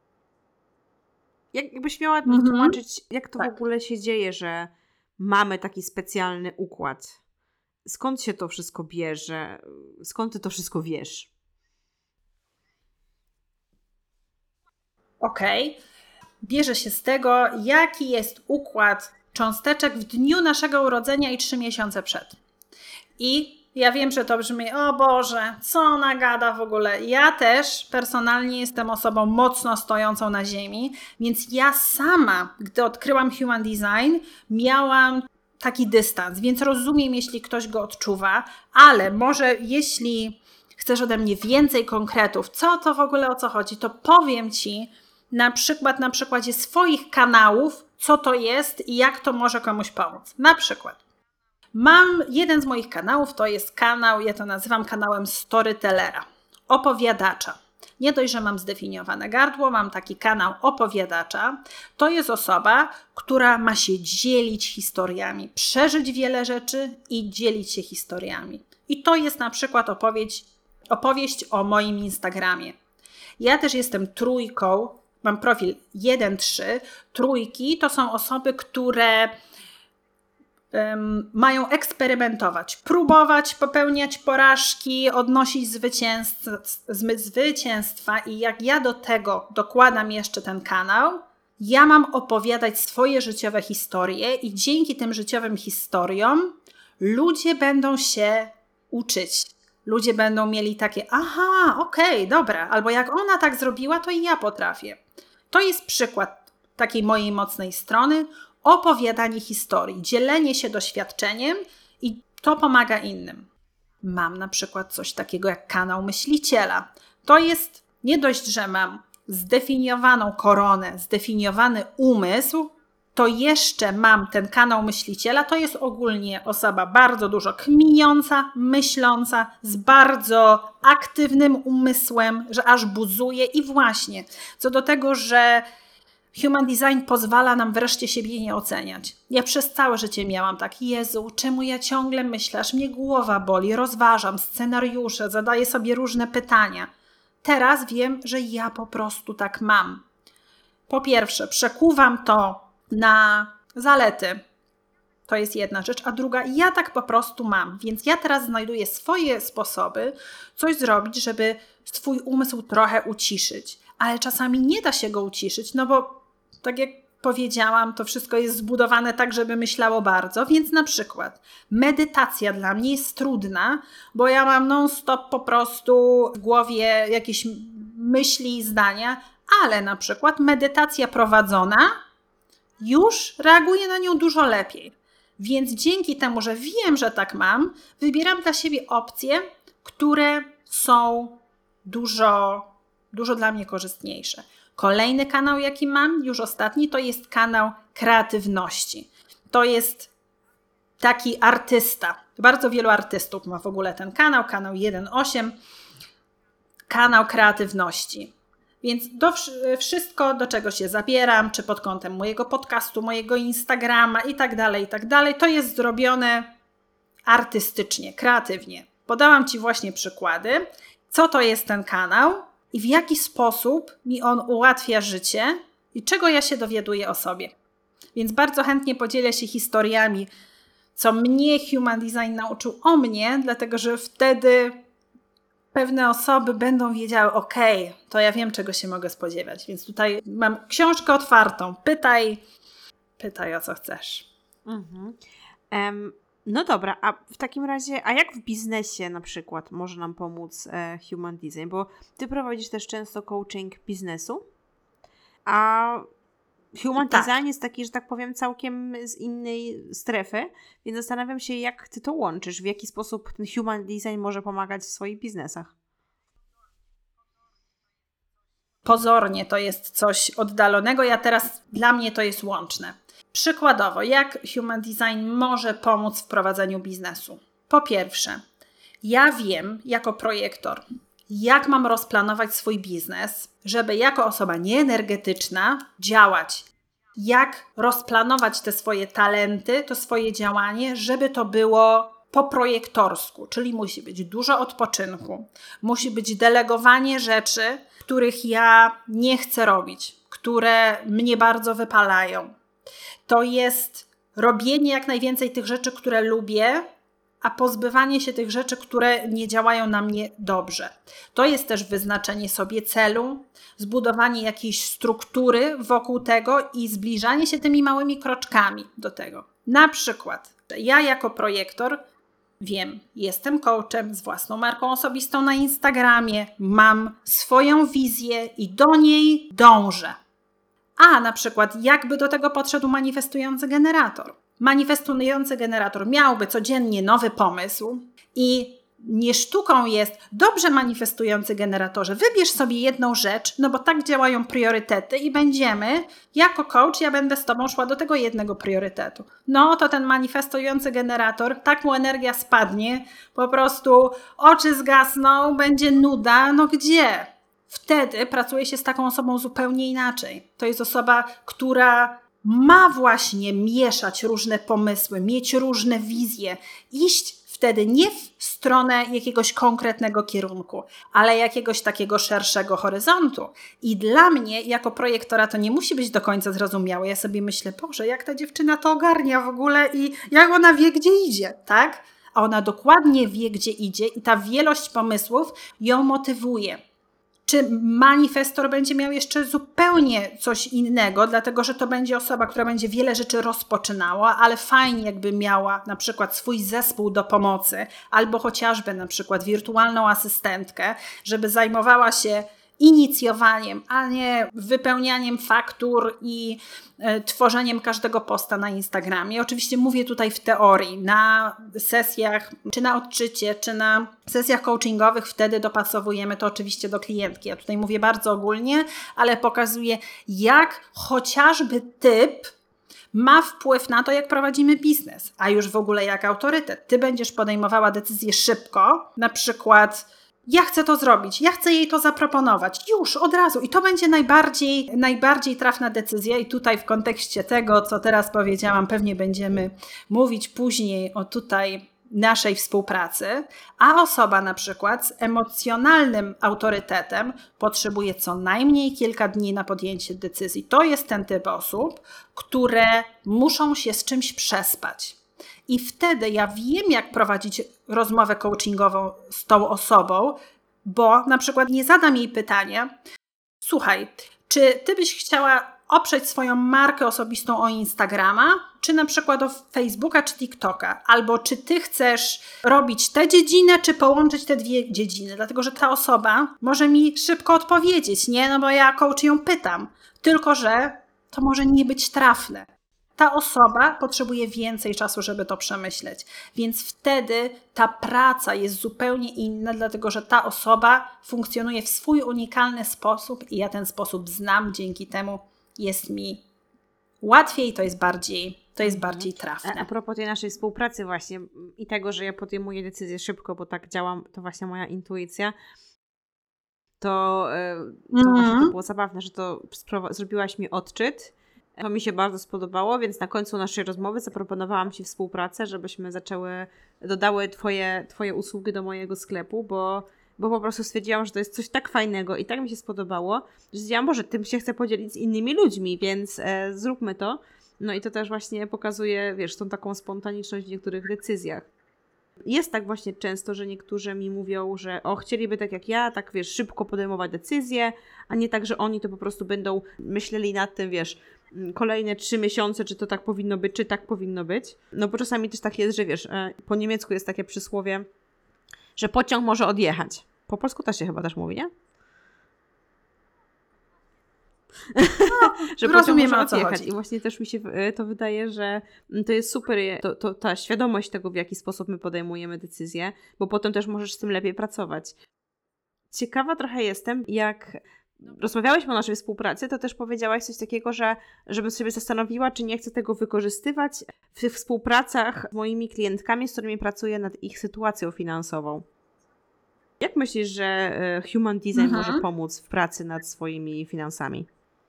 Jak, jakbyś miała mi Mhm. tłumaczyć, jak to Tak. w ogóle się dzieje, że mamy taki specjalny układ? Skąd się to wszystko bierze? Skąd ty to wszystko wiesz? Okej. Bierze się z tego, jaki jest układ cząsteczek w dniu naszego urodzenia i trzy miesiące przed. I ja wiem, że to brzmi, o Boże, co ona gada w ogóle. Ja też personalnie jestem osobą mocno stojącą na ziemi, więc ja sama, gdy odkryłam Human Design, miałam taki dystans, więc rozumiem, jeśli ktoś go odczuwa, ale może jeśli chcesz ode mnie więcej konkretów, co to w ogóle o co chodzi, to powiem Ci na przykład na przykładzie swoich kanałów, co to jest i jak to może komuś pomóc. Na przykład mam jeden z moich kanałów, to jest kanał, ja to nazywam kanałem storytellera, opowiadacza. Nie dość, że mam zdefiniowane gardło, mam taki kanał opowiadacza. To jest osoba, która ma się dzielić historiami, przeżyć wiele rzeczy i dzielić się historiami. I to jest na przykład opowieść, opowieść o moim Instagramie. Ja też jestem trójką, mam profil jeden trzy. Trójki to są osoby, które um, mają eksperymentować, próbować, popełniać porażki, odnosić zwycięstwa, zwycięstwa i jak ja do tego dokładam jeszcze ten kanał, ja mam opowiadać swoje życiowe historie i dzięki tym życiowym historiom ludzie będą się uczyć. Ludzie będą mieli takie, aha, okej, okay, dobra, albo jak ona tak zrobiła, to i ja potrafię. To jest przykład takiej mojej mocnej strony, opowiadanie historii, dzielenie się doświadczeniem i to pomaga innym. Mam na przykład coś takiego jak kanał myśliciela. To jest nie dość, że mam zdefiniowaną koronę, zdefiniowany umysł, to jeszcze mam ten kanał myśliciela, to jest ogólnie osoba bardzo dużo kminiąca, myśląca, z bardzo aktywnym umysłem, że aż buzuje i właśnie co do tego, że Human Design pozwala nam wreszcie siebie nie oceniać. Ja przez całe życie miałam tak, Jezu, czemu ja ciągle myślę, aż mnie głowa boli, rozważam scenariusze, zadaję sobie różne pytania. Teraz wiem, że ja po prostu tak mam. Po pierwsze, przekuwam to na zalety. To jest jedna rzecz. A druga, ja tak po prostu mam. Więc ja teraz znajduję swoje sposoby, coś zrobić, żeby swój umysł trochę uciszyć. Ale czasami nie da się go uciszyć, no bo tak jak powiedziałam, to wszystko jest zbudowane tak, żeby myślało bardzo. Więc na przykład medytacja dla mnie jest trudna, bo ja mam non-stop po prostu w głowie jakieś myśli i zdania, ale na przykład medytacja prowadzona już reaguję na nią dużo lepiej. Więc dzięki temu, że wiem, że tak mam, wybieram dla siebie opcje, które są dużo, dużo dla mnie korzystniejsze. Kolejny kanał, jaki mam, już ostatni, to jest kanał kreatywności. To jest taki artysta. Bardzo wielu artystów ma w ogóle ten kanał, kanał jeden osiem, kanał kreatywności. Więc do, wszystko, do czego się zabieram, czy pod kątem mojego podcastu, mojego Instagrama i tak dalej, i tak dalej, to jest zrobione artystycznie, kreatywnie. Podałam Ci właśnie przykłady, co to jest ten kanał i w jaki sposób mi on ułatwia życie i czego ja się dowiaduję o sobie. Więc bardzo chętnie podzielę się historiami, co mnie Human Design nauczył o mnie, dlatego że wtedy pewne osoby będą wiedziały, okej, okay, to ja wiem, czego się mogę spodziewać. Więc tutaj mam książkę otwartą. Pytaj, pytaj o co chcesz. Mhm. Um, no dobra, a w takim razie, a jak w biznesie na przykład może nam pomóc e, Human Design? Bo Ty prowadzisz też często coaching biznesu, a Human tak. Design jest taki, że tak powiem, całkiem z innej strefy, więc zastanawiam się, jak Ty to łączysz, w jaki sposób ten Human Design może pomagać w swoich biznesach. Pozornie to jest coś oddalonego, ja teraz, dla mnie to jest łączne. Przykładowo, jak Human Design może pomóc w prowadzeniu biznesu? Po pierwsze, ja wiem jako projektor, jak mam rozplanować swój biznes, żeby jako osoba nieenergetyczna działać. Jak rozplanować te swoje talenty, to swoje działanie, żeby to było po projektorsku, czyli musi być dużo odpoczynku, musi być delegowanie rzeczy, których ja nie chcę robić, które mnie bardzo wypalają. To jest robienie jak najwięcej tych rzeczy, które lubię, a pozbywanie się tych rzeczy, które nie działają na mnie dobrze. To jest też wyznaczenie sobie celu, zbudowanie jakiejś struktury wokół tego i zbliżanie się tymi małymi kroczkami do tego. Na przykład ja jako projektor wiem, jestem coachem z własną marką osobistą na Instagramie, mam swoją wizję i do niej dążę. A na przykład jakby do tego podszedł manifestujący generator. Manifestujący generator miałby codziennie nowy pomysł i nie sztuką jest, dobrze manifestujący generatorze, wybierz sobie jedną rzecz, no bo tak działają priorytety i będziemy, jako coach, ja będę z Tobą szła do tego jednego priorytetu. No to ten manifestujący generator, tak mu energia spadnie, po prostu oczy zgasną, będzie nuda, no gdzie? wtedy pracuje się z taką osobą zupełnie inaczej. To jest osoba, która ma właśnie mieszać różne pomysły, mieć różne wizje, iść wtedy nie w stronę jakiegoś konkretnego kierunku, ale jakiegoś takiego szerszego horyzontu. I dla mnie, jako projektora, to nie musi być do końca zrozumiałe. Ja sobie myślę, Boże, jak ta dziewczyna to ogarnia w ogóle i jak ona wie, gdzie idzie, tak? A ona dokładnie wie, gdzie idzie i ta wielość pomysłów ją motywuje. Czy manifestor będzie miał jeszcze zupełnie coś innego, dlatego że to będzie osoba, która będzie wiele rzeczy rozpoczynała, ale fajnie jakby miała na przykład swój zespół do pomocy albo chociażby na przykład wirtualną asystentkę, żeby zajmowała się inicjowaniem, a nie wypełnianiem faktur i y, tworzeniem każdego posta na Instagramie. Oczywiście mówię tutaj w teorii, na sesjach, czy na odczycie, czy na sesjach coachingowych wtedy dopasowujemy to oczywiście do klientki. Ja tutaj mówię bardzo ogólnie, ale pokazuję, jak chociażby typ ma wpływ na to, jak prowadzimy biznes, a już w ogóle jak autorytet. Ty będziesz podejmowała decyzję szybko, na przykład ja chcę to zrobić, ja chcę jej to zaproponować, już, od razu. I to będzie najbardziej, najbardziej trafna decyzja i tutaj w kontekście tego, co teraz powiedziałam, pewnie będziemy mówić później o tutaj naszej współpracy, a osoba na przykład z emocjonalnym autorytetem potrzebuje co najmniej kilka dni na podjęcie decyzji. To jest ten typ osób, które muszą się z czymś przespać. I wtedy ja wiem, jak prowadzić rozmowę coachingową z tą osobą, bo na przykład nie zadam jej pytania, słuchaj, czy ty byś chciała oprzeć swoją markę osobistą o Instagrama, czy na przykład o Facebooka, czy TikToka, albo czy ty chcesz robić tę dziedzinę, czy połączyć te dwie dziedziny, dlatego że ta osoba może mi szybko odpowiedzieć, nie? No bo ja coach ją pytam, tylko że to może nie być trafne. Ta osoba potrzebuje więcej czasu, żeby to przemyśleć. Więc wtedy ta praca jest zupełnie inna, dlatego że ta osoba funkcjonuje w swój unikalny sposób i ja ten sposób znam, dzięki temu jest mi łatwiej, to jest bardziej, to jest bardziej trafne. A, a propos tej naszej współpracy właśnie i tego, że ja podejmuję decyzje szybko, bo tak działam, to właśnie moja intuicja, to, to, mm-hmm. właśnie to było zabawne, że to spro- zrobiłaś mi odczyt. To mi się bardzo spodobało, więc na końcu naszej rozmowy zaproponowałam Ci współpracę, żebyśmy zaczęły, dodały Twoje, twoje usługi do mojego sklepu, bo, bo po prostu stwierdziłam, że to jest coś tak fajnego i tak mi się spodobało, że stwierdziłam, Boże, tym się chcę podzielić z innymi ludźmi, więc e, zróbmy to. No i to też właśnie pokazuje, wiesz, tą taką spontaniczność w niektórych decyzjach. Jest tak właśnie często, że niektórzy mi mówią, że o, chcieliby tak jak ja, tak wiesz, szybko podejmować decyzje, a nie tak, że oni to po prostu będą myśleli nad tym, wiesz, kolejne trzy miesiące, czy to tak powinno być, czy tak powinno być. No bo czasami też tak jest, że wiesz, po niemiecku jest takie przysłowie, że pociąg może odjechać. Po polsku też się chyba też mówi, nie? No, że pociąg może odjechać. I właśnie też mi się to wydaje, że to jest super, to, to, ta świadomość tego, w jaki sposób my podejmujemy decyzje, bo potem też możesz z tym lepiej pracować. Ciekawa trochę jestem, jak rozmawiałyśmy o naszej współpracy, to też powiedziałaś coś takiego, że żebym sobie zastanowiła, czy nie chcę tego wykorzystywać w współpracach z moimi klientkami, z którymi pracuję nad ich sytuacją finansową. Jak myślisz, że Human Design mhm. może pomóc w pracy nad swoimi finansami?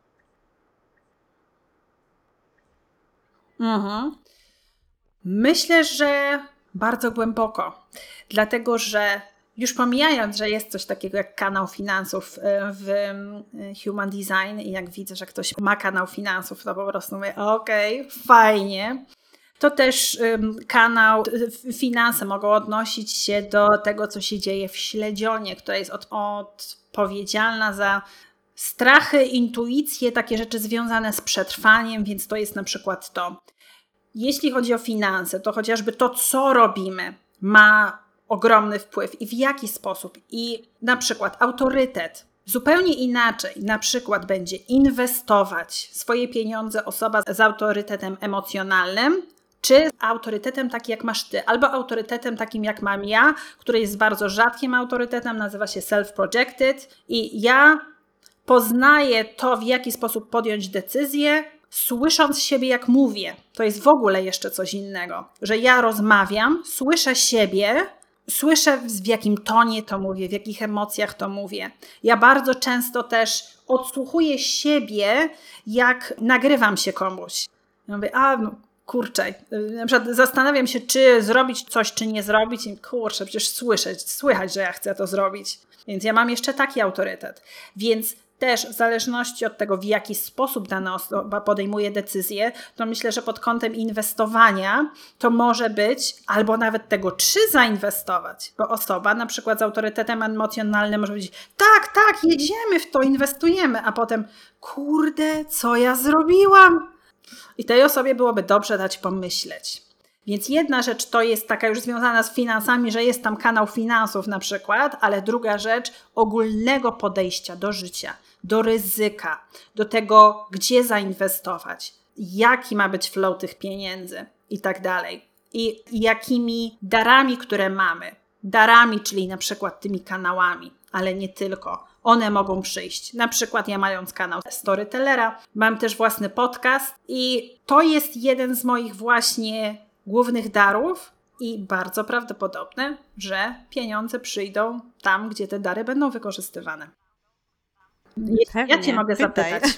Mhm. Myślę, że bardzo głęboko, dlatego że już pomijając, że jest coś takiego jak kanał finansów w Human Design i jak widzę, że ktoś ma kanał finansów, to po prostu mówię, okej, okay, fajnie. To też um, kanał, finanse mogą odnosić się do tego, co się dzieje w śledzionie, która jest od, odpowiedzialna za strachy, intuicje, takie rzeczy związane z przetrwaniem, więc to jest na przykład to. Jeśli chodzi o finanse, to chociażby to, co robimy, ma ogromny wpływ i w jaki sposób. I na przykład autorytet zupełnie inaczej na przykład będzie inwestować swoje pieniądze osoba z autorytetem emocjonalnym, czy autorytetem takim jak masz ty, albo autorytetem takim jak mam ja, który jest bardzo rzadkim autorytetem, nazywa się self-projected i ja poznaję to, w jaki sposób podjąć decyzję, słysząc siebie jak mówię. To jest w ogóle jeszcze coś innego, że ja rozmawiam, słyszę siebie, Słyszę, w jakim tonie to mówię, w jakich emocjach to mówię. Ja bardzo często też odsłuchuję siebie, jak nagrywam się komuś. Ja mówię, a no, kurczę, na przykład zastanawiam się, czy zrobić coś, czy nie zrobić. I kurczę, przecież słyszeć, słychać, że ja chcę to zrobić. Więc ja mam jeszcze taki autorytet. Więc też w zależności od tego, w jaki sposób dana osoba podejmuje decyzję, to myślę, że pod kątem inwestowania to może być, albo nawet tego, czy zainwestować, bo osoba na przykład z autorytetem emocjonalnym może powiedzieć, tak, tak, jedziemy w to, inwestujemy, a potem, kurde, co ja zrobiłam? I tej osobie byłoby dobrze dać pomyśleć. Więc jedna rzecz to jest taka już związana z finansami, że jest tam kanał finansów na przykład, ale druga rzecz ogólnego podejścia do życia, do ryzyka, do tego, gdzie zainwestować, jaki ma być flow tych pieniędzy i tak dalej. I jakimi darami, które mamy, darami, czyli na przykład tymi kanałami, ale nie tylko, one mogą przyjść. Na przykład ja mając kanał Storytellera, mam też własny podcast i to jest jeden z moich właśnie głównych darów i bardzo prawdopodobne, że pieniądze przyjdą tam, gdzie te dary będą wykorzystywane. Pewnie, ja Cię mogę pytaj. zapytać.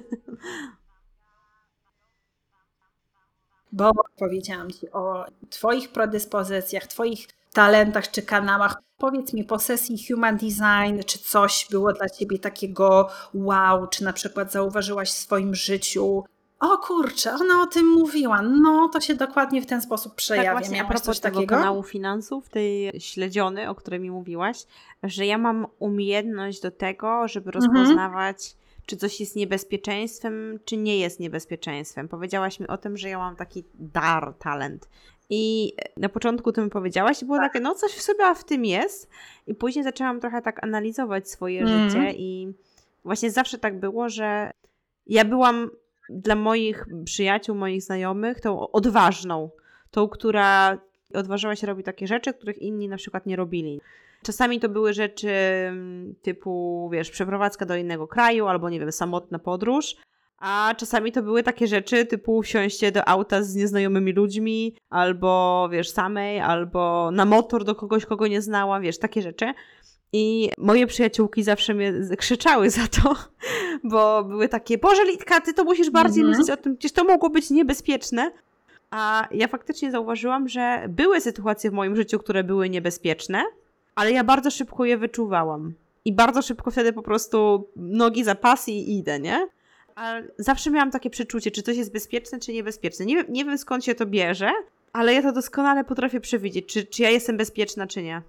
Bo powiedziałam Ci o Twoich predyspozycjach, Twoich talentach czy kanałach. Powiedz mi po sesji Human Design, czy coś było dla Ciebie takiego wow, czy na przykład zauważyłaś w swoim życiu, o kurczę, ona o tym mówiła, no to się dokładnie w ten sposób przejawia. Tak właśnie, a Miałaś propos coś tego takiego? kanału finansów, tej śledziony, o której mi mówiłaś, że ja mam umiejętność do tego, żeby rozpoznawać, czy coś jest niebezpieczeństwem, czy nie jest niebezpieczeństwem. Powiedziałaś mi o tym, że ja mam taki dar, talent. I na początku to mi powiedziałaś i było takie, no coś w sobie w tym jest. I później zaczęłam trochę tak analizować swoje Mhm. życie i właśnie zawsze tak było, że ja byłam dla moich przyjaciół, moich znajomych tą odważną, tą, która odważyła się robić takie rzeczy, których inni na przykład nie robili. Czasami to były rzeczy typu, wiesz, przeprowadzka do innego kraju albo, nie wiem, samotna podróż, a czasami to były takie rzeczy typu wsiąście do auta z nieznajomymi ludźmi albo, wiesz, samej, albo na motor do kogoś, kogo nie znałam, wiesz, takie rzeczy. I moje przyjaciółki zawsze mnie krzyczały za to, bo były takie, Boże Litka, ty to musisz bardziej Mhm. myśleć o tym, przecież to mogło być niebezpieczne. A ja faktycznie zauważyłam, że były sytuacje w moim życiu, które były niebezpieczne, ale ja bardzo szybko je wyczuwałam. I bardzo szybko wtedy po prostu nogi za pas i idę, nie? Ale zawsze miałam takie przeczucie, czy coś jest bezpieczne, czy niebezpieczne. Nie wiem, nie wiem skąd się to bierze, ale ja to doskonale potrafię przewidzieć, czy, czy ja jestem bezpieczna, czy nie.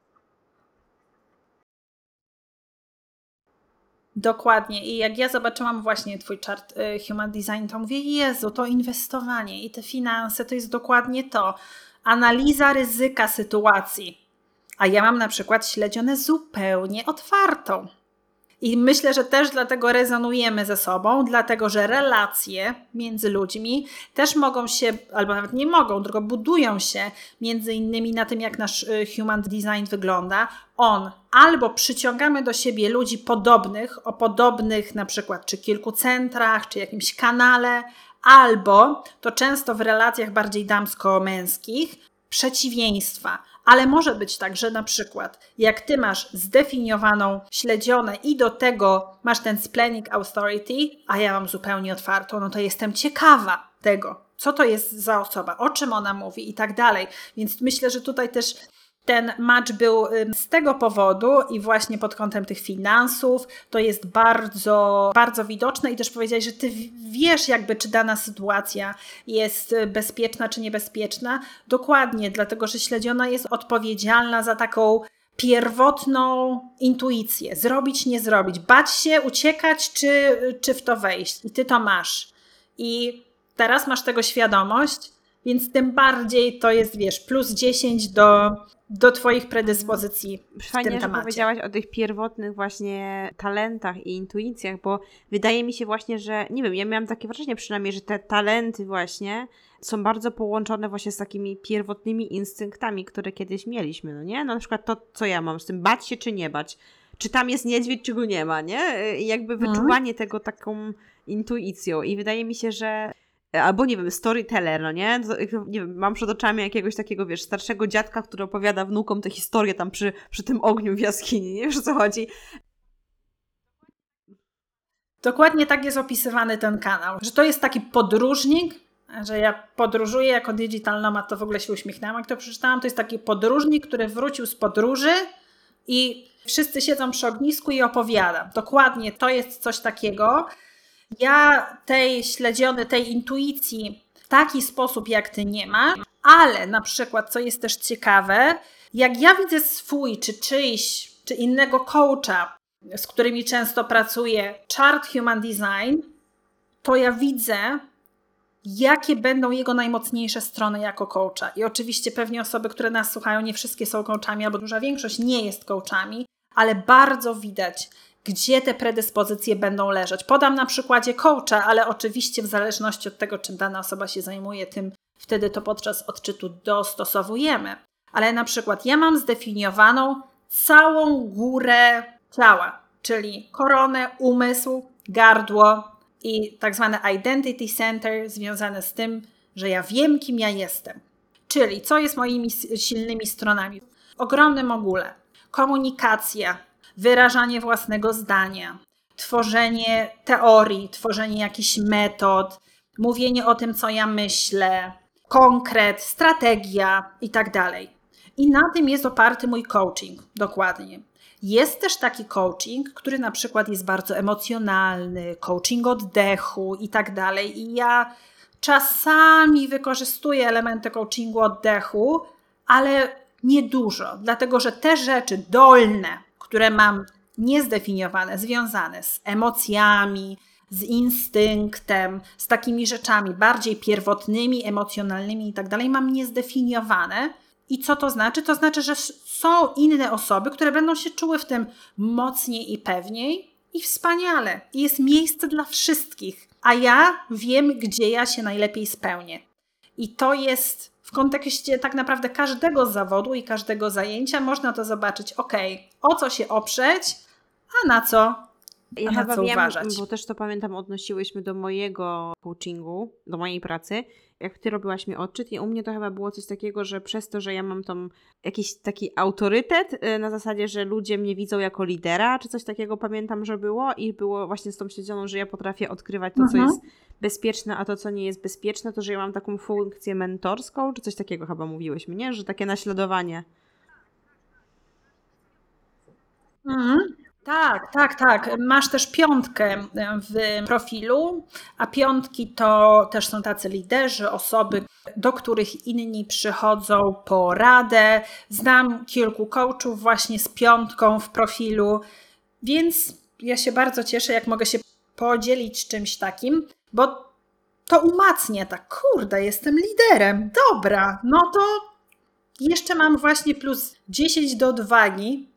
Dokładnie. I jak ja zobaczyłam właśnie Twój chart y, Human Design, to mówię, Jezu, to inwestowanie i te finanse to jest dokładnie to. Analiza ryzyka sytuacji. A ja mam na przykład śledzionę zupełnie otwartą. I myślę, że też dlatego rezonujemy ze sobą, dlatego że relacje między ludźmi też mogą się, albo nawet nie mogą, tylko budują się między innymi na tym, jak nasz Human Design wygląda. On albo przyciągamy do siebie ludzi podobnych, o podobnych na przykład czy kilku centrach, czy jakimś kanale, albo to często w relacjach bardziej damsko-męskich przeciwieństwa. Ale może być tak, że na przykład jak ty masz zdefiniowaną śledzionę i do tego masz ten splenic authority, a ja mam zupełnie otwartą, no to jestem ciekawa tego, co to jest za osoba, o czym ona mówi i tak dalej. Więc myślę, że tutaj też ten match był z tego powodu i właśnie pod kątem tych finansów to jest bardzo, bardzo widoczne i też powiedziałeś, że ty wiesz jakby, czy dana sytuacja jest bezpieczna, czy niebezpieczna. Dokładnie, dlatego, że śledziona jest odpowiedzialna za taką pierwotną intuicję. Zrobić, nie zrobić. Bać się, uciekać, czy, czy w to wejść. I ty to masz. I teraz masz tego świadomość, więc tym bardziej to jest, wiesz, plus dziesięć do... do Twoich predyspozycji w Fajnie, tym że temacie. powiedziałaś o tych pierwotnych właśnie talentach i intuicjach, bo wydaje mi się właśnie, że, nie wiem, ja miałam takie wrażenie przynajmniej, że te talenty właśnie są bardzo połączone właśnie z takimi pierwotnymi instynktami, które kiedyś mieliśmy, no nie? No na przykład to, co ja mam z tym, bać się czy nie bać. Czy tam jest niedźwiedź, czy go nie ma, nie? I jakby wyczuwanie tego taką intuicją. I wydaje mi się, że albo nie wiem, storyteller, no nie? To, nie wiem, mam przed oczami jakiegoś takiego, wiesz, starszego dziadka, który opowiada wnukom tę historię tam przy, przy tym ogniu w jaskini, nie wiesz o co chodzi? Dokładnie tak jest opisywany ten kanał, że to jest taki podróżnik, że ja podróżuję jako digital nomad, to w ogóle się uśmiechnęłam, jak to przeczytałam, to jest taki podróżnik, który wrócił z podróży i wszyscy siedzą przy ognisku i opowiada. Dokładnie, to jest coś takiego. Ja tej śledziony, tej intuicji w taki sposób jak ty nie ma, ale na przykład, co jest też ciekawe, jak ja widzę swój, czy czyjś, czy innego coacha, z którymi często pracuję, chart Human Design, to ja widzę, jakie będą jego najmocniejsze strony jako coacha. I oczywiście pewnie osoby, które nas słuchają, nie wszystkie są coachami, albo duża większość nie jest coachami, ale bardzo widać, gdzie te predyspozycje będą leżeć. Podam na przykładzie coacha, ale oczywiście w zależności od tego, czym dana osoba się zajmuje, tym wtedy to podczas odczytu dostosowujemy. Ale na przykład ja mam zdefiniowaną całą górę ciała, czyli koronę, umysł, gardło i tak zwane identity center związane z tym, że ja wiem, kim ja jestem. Czyli co jest moimi silnymi stronami. W ogromnym ogóle komunikacja, wyrażanie własnego zdania, tworzenie teorii, tworzenie jakichś metod, mówienie o tym, co ja myślę, konkret, strategia i tak dalej. I na tym jest oparty mój coaching, dokładnie. Jest też taki coaching, który na przykład jest bardzo emocjonalny, coaching oddechu i tak dalej. I ja czasami wykorzystuję elementy coachingu oddechu, ale niedużo, dlatego że te rzeczy dolne, które mam niezdefiniowane, związane z emocjami, z instynktem, z takimi rzeczami bardziej pierwotnymi, emocjonalnymi i tak dalej, mam niezdefiniowane. I co to znaczy? To znaczy, że są inne osoby, które będą się czuły w tym mocniej i pewniej i wspaniale. I jest miejsce dla wszystkich, a ja wiem, gdzie ja się najlepiej spełnię. I to jest w kontekście tak naprawdę każdego zawodu i każdego zajęcia można to zobaczyć, ok, o co się oprzeć, a na co, ja a na chyba co wiem, uważać. Bo też to pamiętam, odnosiłyśmy do mojego coachingu, do mojej pracy, jak ty robiłaś mi odczyt i u mnie to chyba było coś takiego, że przez to, że ja mam tam jakiś taki autorytet na zasadzie, że ludzie mnie widzą jako lidera, czy coś takiego pamiętam, że było i było właśnie z tą śledzioną, że ja potrafię odkrywać to, Mhm. co jest bezpieczne, a to, co nie jest bezpieczne, to, że ja mam taką funkcję mentorską, czy coś takiego chyba mówiłyśmy, nie? Że takie naśladowanie. Mhm. Tak, tak, tak. Masz też piątkę w profilu, a piątki to też są tacy liderzy, osoby, do których inni przychodzą po radę. Znam kilku coachów właśnie z piątką w profilu, więc ja się bardzo cieszę, jak mogę się podzielić czymś takim, bo to umacnia, tak, kurde, jestem liderem, dobra, no to jeszcze mam właśnie plus dziesięć do odwagi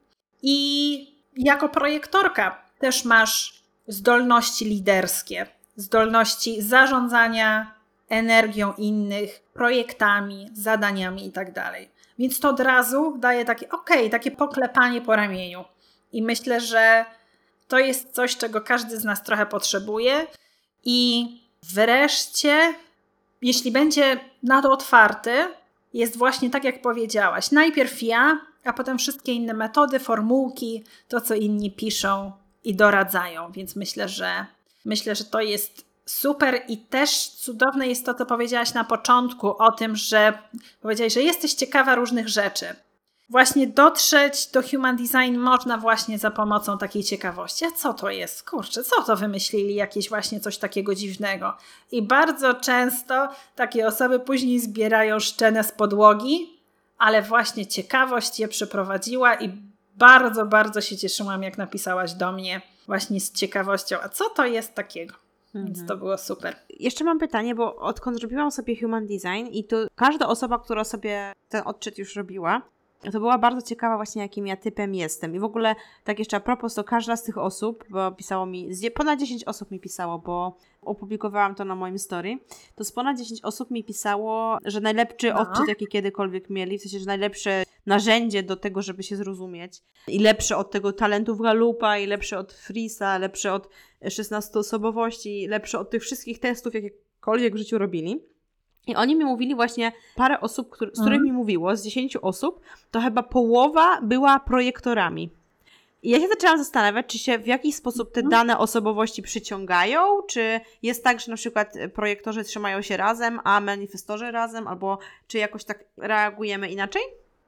i jako projektorka też masz zdolności liderskie, zdolności zarządzania energią innych, projektami, zadaniami i tak dalej. Więc to od razu daje takie, okej, takie poklepanie po ramieniu. I myślę, że to jest coś, czego każdy z nas trochę potrzebuje. I wreszcie, jeśli będzie na to otwarty, jest właśnie tak, jak powiedziałaś. Najpierw ja, a potem wszystkie inne metody, formułki, to co inni piszą i doradzają. Więc myślę, że myślę, że to jest super i też cudowne jest to, co powiedziałaś na początku o tym, że powiedziałaś, że jesteś ciekawa różnych rzeczy. Właśnie dotrzeć do Human Design można właśnie za pomocą takiej ciekawości. A co to jest? Kurczę, co to wymyślili? Jakieś właśnie coś takiego dziwnego. I bardzo często takie osoby później zbierają szczenę z podłogi, ale właśnie ciekawość je przeprowadziła i bardzo, bardzo się cieszyłam, jak napisałaś do mnie właśnie z ciekawością. A co to jest takiego? Mhm. Więc to było super. Jeszcze mam pytanie, bo odkąd zrobiłam sobie Human Design i to każda osoba, która sobie ten odczyt już robiła, to była bardzo ciekawa właśnie, jakim ja typem jestem. I w ogóle tak jeszcze a propos, to każda z tych osób, bo pisało mi, ponad dziesięć osób mi pisało, bo opublikowałam to na moim story, to z ponad dziesięć osób mi pisało, że najlepszy no. odczyt, jaki kiedykolwiek mieli, w sensie, że najlepsze narzędzie do tego, żeby się zrozumieć. I lepsze od tego talentów Gallupa, i lepsze od Friesa, lepsze od szesnastoosobowości, lepsze od tych wszystkich testów, jakie cokolwiek w życiu robili. I oni mi mówili właśnie, parę osób, który, z których Mhm. mi mówiło, z dziesięciu osób, to chyba połowa była projektorami. I ja się zaczęłam zastanawiać, czy się w jakiś sposób te Mhm. dane osobowości przyciągają, czy jest tak, że na przykład projektorzy trzymają się razem, a manifestorzy razem, albo czy jakoś tak reagujemy inaczej?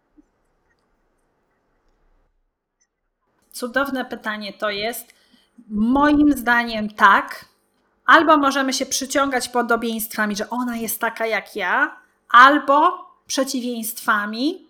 Cudowne pytanie to jest. Moim zdaniem tak. Albo możemy się przyciągać podobieństwami, że ona jest taka jak ja, albo przeciwieństwami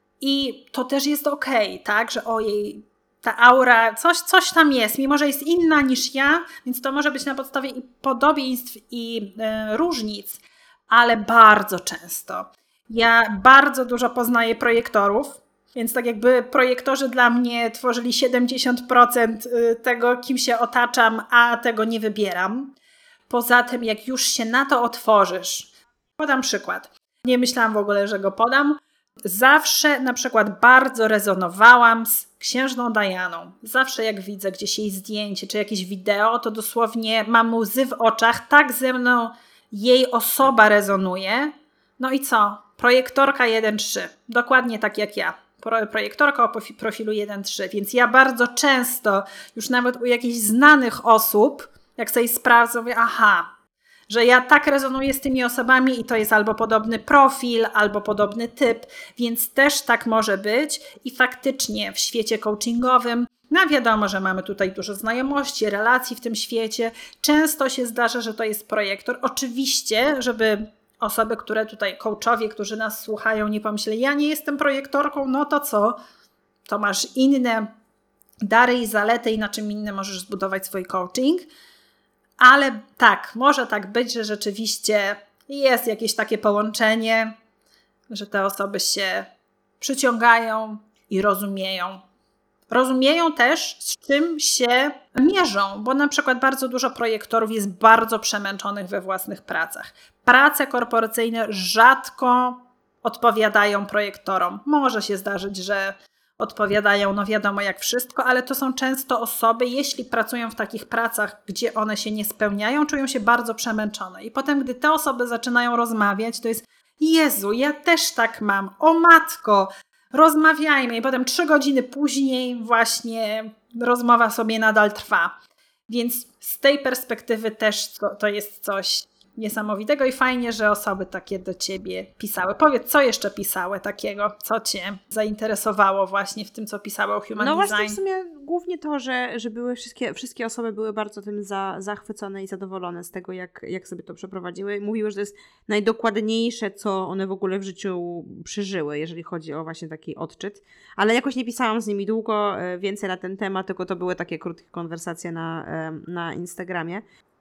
i to też jest okej, tak, że ojej, ta aura, coś, coś tam jest, mimo że jest inna niż ja, więc to może być na podstawie i podobieństw i y, różnic, ale bardzo często. Ja bardzo dużo poznaję projektorów, więc tak jakby projektorzy dla mnie tworzyli siedemdziesiąt procent tego, kim się otaczam, a tego nie wybieram. Poza tym, jak już się na to otworzysz, podam przykład. Nie myślałam w ogóle, że go podam. Zawsze na przykład bardzo rezonowałam z księżną Dianą. Zawsze jak widzę gdzieś jej zdjęcie czy jakieś wideo, to dosłownie mam łzy w oczach. Tak ze mną jej osoba rezonuje. No i co? Projektorka jeden trzy. Dokładnie tak jak ja. Projektorka o profilu jeden trzy. Więc ja bardzo często, już nawet u jakichś znanych osób, jak sobie sprawdzę, mówię, aha, że ja tak rezonuję z tymi osobami i to jest albo podobny profil, albo podobny typ, więc też tak może być i faktycznie w świecie coachingowym, no wiadomo, że mamy tutaj dużo znajomości, relacji w tym świecie, często się zdarza, że to jest projektor. Oczywiście, żeby osoby, które tutaj, coachowie, którzy nas słuchają, nie pomyśleli, ja nie jestem projektorką, no to co? To masz inne dary i zalety i na czym innym możesz zbudować swój coaching. Ale tak, może tak być, że rzeczywiście jest jakieś takie połączenie, że te osoby się przyciągają i rozumieją. Rozumieją też, z czym się mierzą, bo na przykład bardzo dużo projektorów jest bardzo przemęczonych we własnych pracach. Prace korporacyjne rzadko odpowiadają projektorom. Może się zdarzyć, że odpowiadają, no wiadomo jak wszystko, ale to są często osoby, jeśli pracują w takich pracach, gdzie one się nie spełniają, czują się bardzo przemęczone. I potem, gdy te osoby zaczynają rozmawiać, to jest Jezu, ja też tak mam, o matko, rozmawiajmy. I potem trzy godziny później właśnie rozmowa sobie nadal trwa. Więc z tej perspektywy też to, to jest coś niesamowitego i fajnie, że osoby takie do ciebie pisały. Powiedz, co jeszcze pisały takiego, co cię zainteresowało właśnie w tym, co pisały o Human no Design? No właśnie w sumie głównie to, że, że były wszystkie, wszystkie osoby były bardzo tym za, zachwycone i zadowolone z tego, jak, jak sobie to przeprowadziły. Mówiły, że to jest najdokładniejsze, co one w ogóle w życiu przeżyły, jeżeli chodzi o właśnie taki odczyt. Ale jakoś nie pisałam z nimi długo więcej na ten temat, tylko to były takie krótkie konwersacje na, na Instagramie.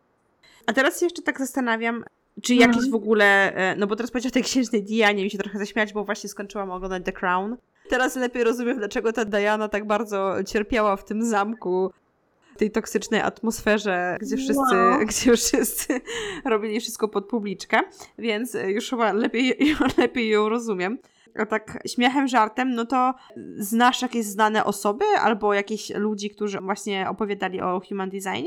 A teraz się jeszcze tak zastanawiam, czy jakiś Mhm. w ogóle, no bo teraz powiedział o tej księżnej Dianie, mi się trochę zaśmiać, bo właśnie skończyłam oglądać The Crown. Teraz lepiej rozumiem, dlaczego ta Diana tak bardzo cierpiała w tym zamku, w tej toksycznej atmosferze, gdzie wszyscy, Wow. gdzie wszyscy robili wszystko pod publiczkę, więc już chyba lepiej, lepiej ją rozumiem. A tak śmiechem, żartem, no to znasz jakieś znane osoby albo jakieś ludzi, którzy właśnie opowiadali o Human Designie?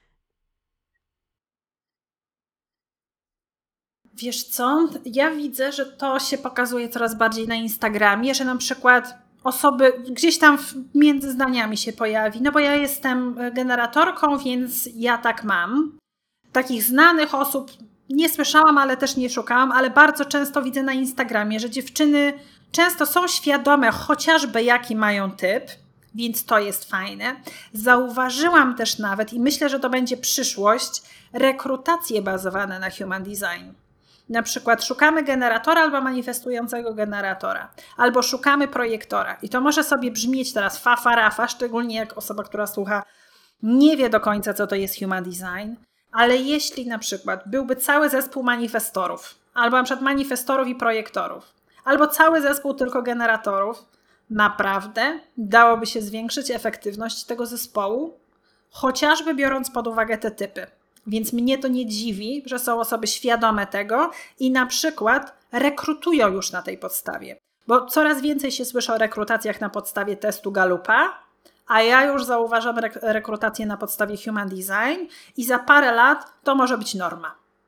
Wiesz co, ja widzę, że to się pokazuje coraz bardziej na Instagramie, że na przykład osoby gdzieś tam między zdaniami się pojawi, no bo ja jestem generatorką, więc ja tak mam. Takich znanych osób nie słyszałam, ale też nie szukałam, ale bardzo często widzę na Instagramie, że dziewczyny często są świadome chociażby jaki mają typ, więc to jest fajne. Zauważyłam też nawet i myślę, że to będzie przyszłość, rekrutacje bazowane na Human Design. Na przykład szukamy generatora albo manifestującego generatora, albo szukamy projektora. I to może sobie brzmieć teraz fafa, rafa, szczególnie jak osoba, która słucha, nie wie do końca, co to jest Human Design, ale jeśli na przykład byłby cały zespół manifestorów, albo na przykład manifestorów i projektorów, albo cały zespół tylko generatorów, naprawdę dałoby się zwiększyć efektywność tego zespołu, chociażby biorąc pod uwagę te typy. Więc mnie to nie dziwi, że są osoby świadome tego i na przykład rekrutują już na tej podstawie. Bo coraz więcej się słyszy o rekrutacjach na podstawie testu Gallupa, a ja już zauważam rek- rekrutację na podstawie Human Design i za parę lat to może być norma.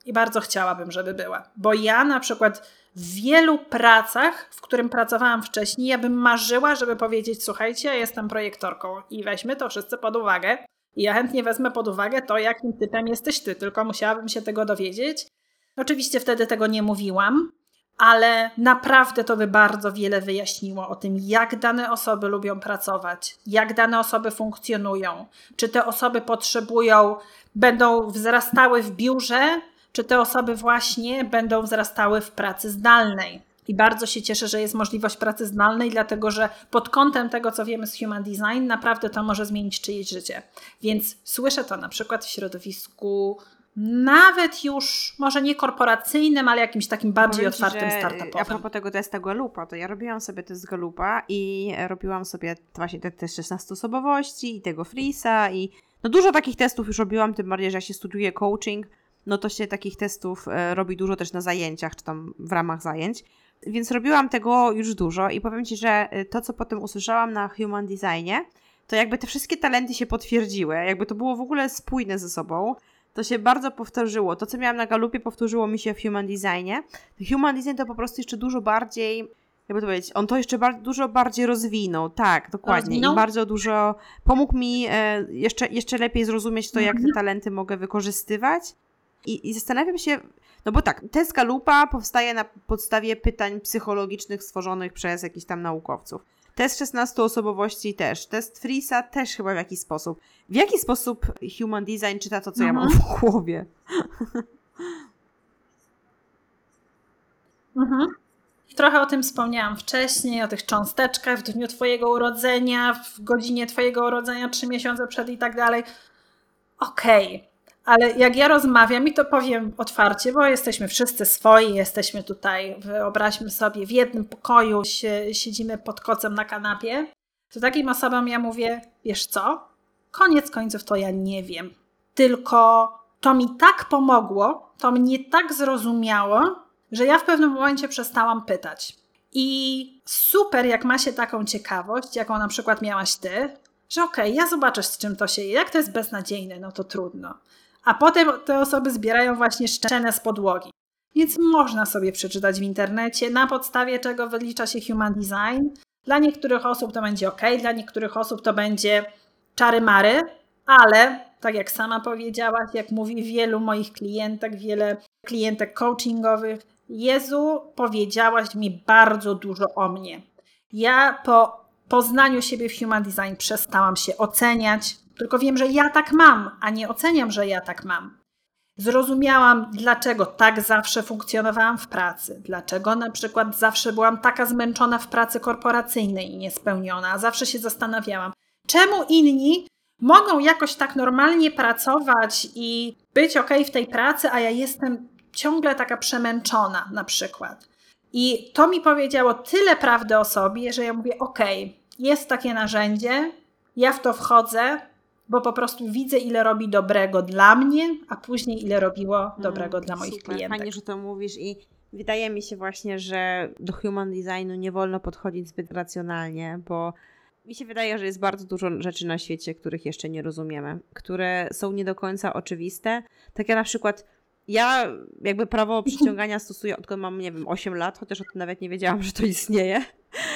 I bardzo chciałabym, żeby była. Bo ja na przykład w wielu pracach, w którym pracowałam wcześniej, ja bym marzyła, żeby powiedzieć, słuchajcie, ja jestem projektorką i weźmy to wszyscy pod uwagę. I ja chętnie wezmę pod uwagę to, jakim typem jesteś ty, tylko musiałabym się tego dowiedzieć. Oczywiście wtedy tego nie mówiłam, ale naprawdę to by bardzo wiele wyjaśniło o tym, jak dane osoby lubią pracować, jak dane osoby funkcjonują, czy te osoby potrzebują, będą wzrastały w biurze, czy te osoby właśnie będą wzrastały w pracy zdalnej. I bardzo się cieszę, że jest możliwość pracy zdalnej, dlatego że pod kątem tego, co wiemy z Human Design, naprawdę to może zmienić czyjeś życie. Więc słyszę to na przykład w środowisku nawet już, może nie korporacyjnym, ale jakimś takim bardziej Powiem ci, otwartym, że startupowym. A propos tego testa Gallupa, to ja robiłam sobie test Gallupa i robiłam sobie właśnie te, te szesnaście osobowości i tego Freesa i no dużo takich testów już robiłam, tym bardziej, że jak się studiuje coaching, no to się takich testów e, robi dużo też na zajęciach, czy tam w ramach zajęć. Więc robiłam tego już dużo i powiem ci, że to, co potem usłyszałam na Human Designie, to jakby te wszystkie talenty się potwierdziły, jakby to było w ogóle spójne ze sobą. To się bardzo powtórzyło. To, co miałam na Gallupie, powtórzyło mi się w Human Designie. Human Design to po prostu jeszcze dużo bardziej, jakby to powiedzieć, on to jeszcze bar- dużo bardziej rozwinął. Tak, dokładnie. Rozwinął? I bardzo dużo pomógł mi e, jeszcze, jeszcze lepiej zrozumieć to, jak Mhm. te talenty mogę wykorzystywać. I, I zastanawiam się, no bo tak, test Gallupa powstaje na podstawie pytań psychologicznych stworzonych przez jakichś tam naukowców. Test szesnastu osobowości też. Test Freesa też chyba w jakiś sposób. W jaki sposób Human Design czyta to, co Mhm. ja mam w głowie? Mhm. Trochę o tym wspomniałam wcześniej, o tych cząsteczkach w dniu twojego urodzenia, w godzinie twojego urodzenia, trzy miesiące przed i tak dalej. Okej, okay. Ale jak ja rozmawiam, i to powiem otwarcie, bo jesteśmy wszyscy swoi, jesteśmy tutaj, wyobraźmy sobie, w jednym pokoju, siedzimy pod kocem na kanapie, to takim osobom ja mówię, wiesz co, koniec końców to ja nie wiem, tylko to mi tak pomogło, to mnie tak zrozumiało, że ja w pewnym momencie przestałam pytać. I super, jak ma się taką ciekawość, jaką na przykład miałaś ty, że okej, okay, ja zobaczę, z czym to się je, jak to jest beznadziejne, no to trudno. A potem te osoby zbierają właśnie szczene z podłogi. Więc można sobie przeczytać w internecie, na podstawie czego wylicza się Human Design. Dla niektórych osób to będzie ok, dla niektórych osób to będzie czary-mary, ale tak jak sama powiedziałaś, jak mówi wielu moich klientek, wiele klientek coachingowych, Jezu, powiedziałaś mi bardzo dużo o mnie. Ja po poznaniu siebie w Human Design przestałam się oceniać, tylko wiem, że ja tak mam, a nie oceniam, że ja tak mam. Zrozumiałam, dlaczego tak zawsze funkcjonowałam w pracy, dlaczego na przykład zawsze byłam taka zmęczona w pracy korporacyjnej i niespełniona, a zawsze się zastanawiałam, czemu inni mogą jakoś tak normalnie pracować i być okej w tej pracy, a ja jestem ciągle taka przemęczona na przykład. I to mi powiedziało tyle prawdy o sobie, że ja mówię, okej, jest takie narzędzie, ja w to wchodzę, bo po prostu widzę, ile robi dobrego dla mnie, a później ile robiło dobrego mm, dla moich super, klientek. Fajnie, że to mówisz i wydaje mi się właśnie, że do Human Designu nie wolno podchodzić zbyt racjonalnie, bo mi się wydaje, że jest bardzo dużo rzeczy na świecie, których jeszcze nie rozumiemy, które są nie do końca oczywiste. Tak jak na przykład ja jakby prawo przyciągania stosuję odkąd mam, nie wiem, osiem lat, chociaż o tym nawet nie wiedziałam, że to istnieje.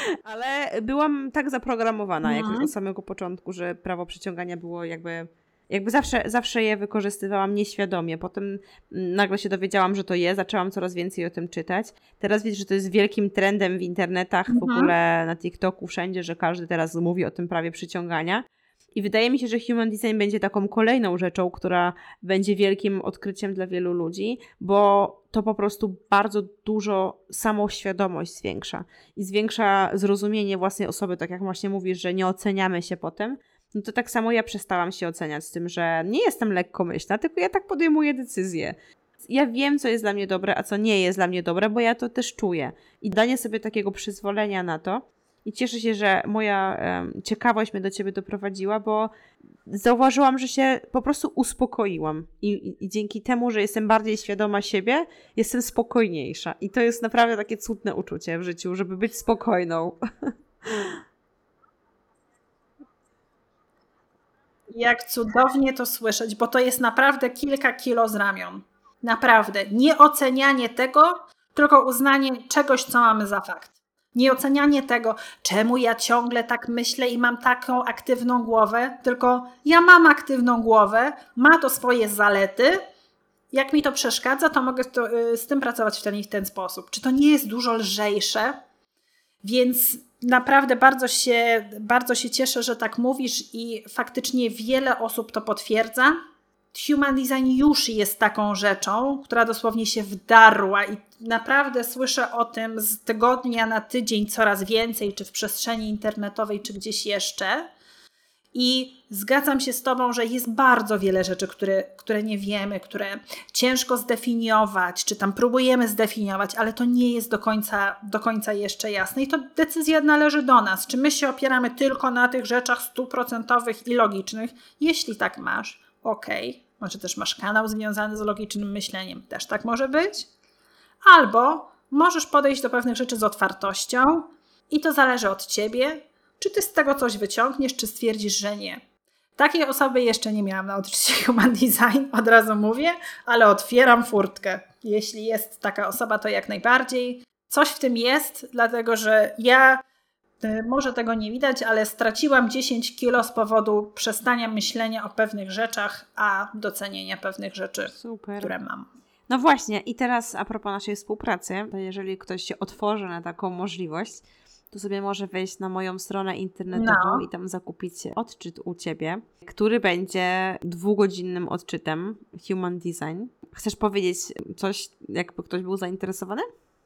Ale byłam tak zaprogramowana jak od samego początku, że prawo przyciągania było jakby, jakby zawsze, zawsze je wykorzystywałam nieświadomie. Potem nagle się dowiedziałam, że to jest, zaczęłam coraz więcej o tym czytać. Teraz widzę, że to jest wielkim trendem w internetach, w ogóle na TikToku, wszędzie, że każdy teraz mówi o tym prawie przyciągania. I wydaje mi się, że Human Design będzie taką kolejną rzeczą, która będzie wielkim odkryciem dla wielu ludzi, bo to po prostu bardzo dużo samoświadomość zwiększa i zwiększa zrozumienie własnej osoby, tak jak właśnie mówisz, że nie oceniamy się potem. No to tak samo ja przestałam się oceniać z tym, że nie jestem lekkomyślna, tylko ja tak podejmuję decyzje. Ja wiem, co jest dla mnie dobre, a co nie jest dla mnie dobre, bo ja to też czuję. I danie sobie takiego przyzwolenia na to. I cieszę się, że moja um, ciekawość mnie do ciebie doprowadziła, bo zauważyłam, że się po prostu uspokoiłam. I, i, I dzięki temu, że jestem bardziej świadoma siebie, jestem spokojniejsza. I to jest naprawdę takie cudne uczucie w życiu, żeby być spokojną. Jak cudownie to słyszeć, bo to jest naprawdę kilka kilo z ramion. Naprawdę. Nie ocenianie tego, tylko uznanie czegoś, co mamy za fakt. Nie ocenianie tego, czemu ja ciągle tak myślę i mam taką aktywną głowę, tylko ja mam aktywną głowę, ma to swoje zalety. Jak mi to przeszkadza, to mogę to, z tym pracować w ten i w ten sposób. Czy to nie jest dużo lżejsze? Więc naprawdę bardzo się, bardzo się cieszę, że tak mówisz i faktycznie wiele osób to potwierdza. Human design już jest taką rzeczą, która dosłownie się wdarła i naprawdę słyszę o tym z tygodnia na tydzień coraz więcej, czy w przestrzeni internetowej, czy gdzieś jeszcze. I zgadzam się z Tobą, że jest bardzo wiele rzeczy, które, które nie wiemy, które ciężko zdefiniować, czy tam próbujemy zdefiniować, ale to nie jest do końca, do końca jeszcze jasne. I to decyzja należy do nas. Czy my się opieramy tylko na tych rzeczach stuprocentowych i logicznych? Jeśli tak masz, okej. Okay. Może też masz kanał związany z logicznym myśleniem, też tak może być. Albo możesz podejść do pewnych rzeczy z otwartością i to zależy od Ciebie. Czy Ty z tego coś wyciągniesz, czy stwierdzisz, że nie. Takiej osoby jeszcze nie miałam na odczycie Human Design, od razu mówię, ale otwieram furtkę. Jeśli jest taka osoba, to jak najbardziej. Coś w tym jest, dlatego że ja, może tego nie widać, ale straciłam dziesięć kilo z powodu przestania myślenia o pewnych rzeczach, a docenienia pewnych rzeczy, Super. które mam. No właśnie, i teraz a propos naszej współpracy, to jeżeli ktoś się otworzy na taką możliwość, to sobie może wejść na moją stronę internetową No. i tam zakupić odczyt u Ciebie, który będzie dwugodzinnym odczytem Human Design. Chcesz powiedzieć coś, jakby ktoś był zainteresowany?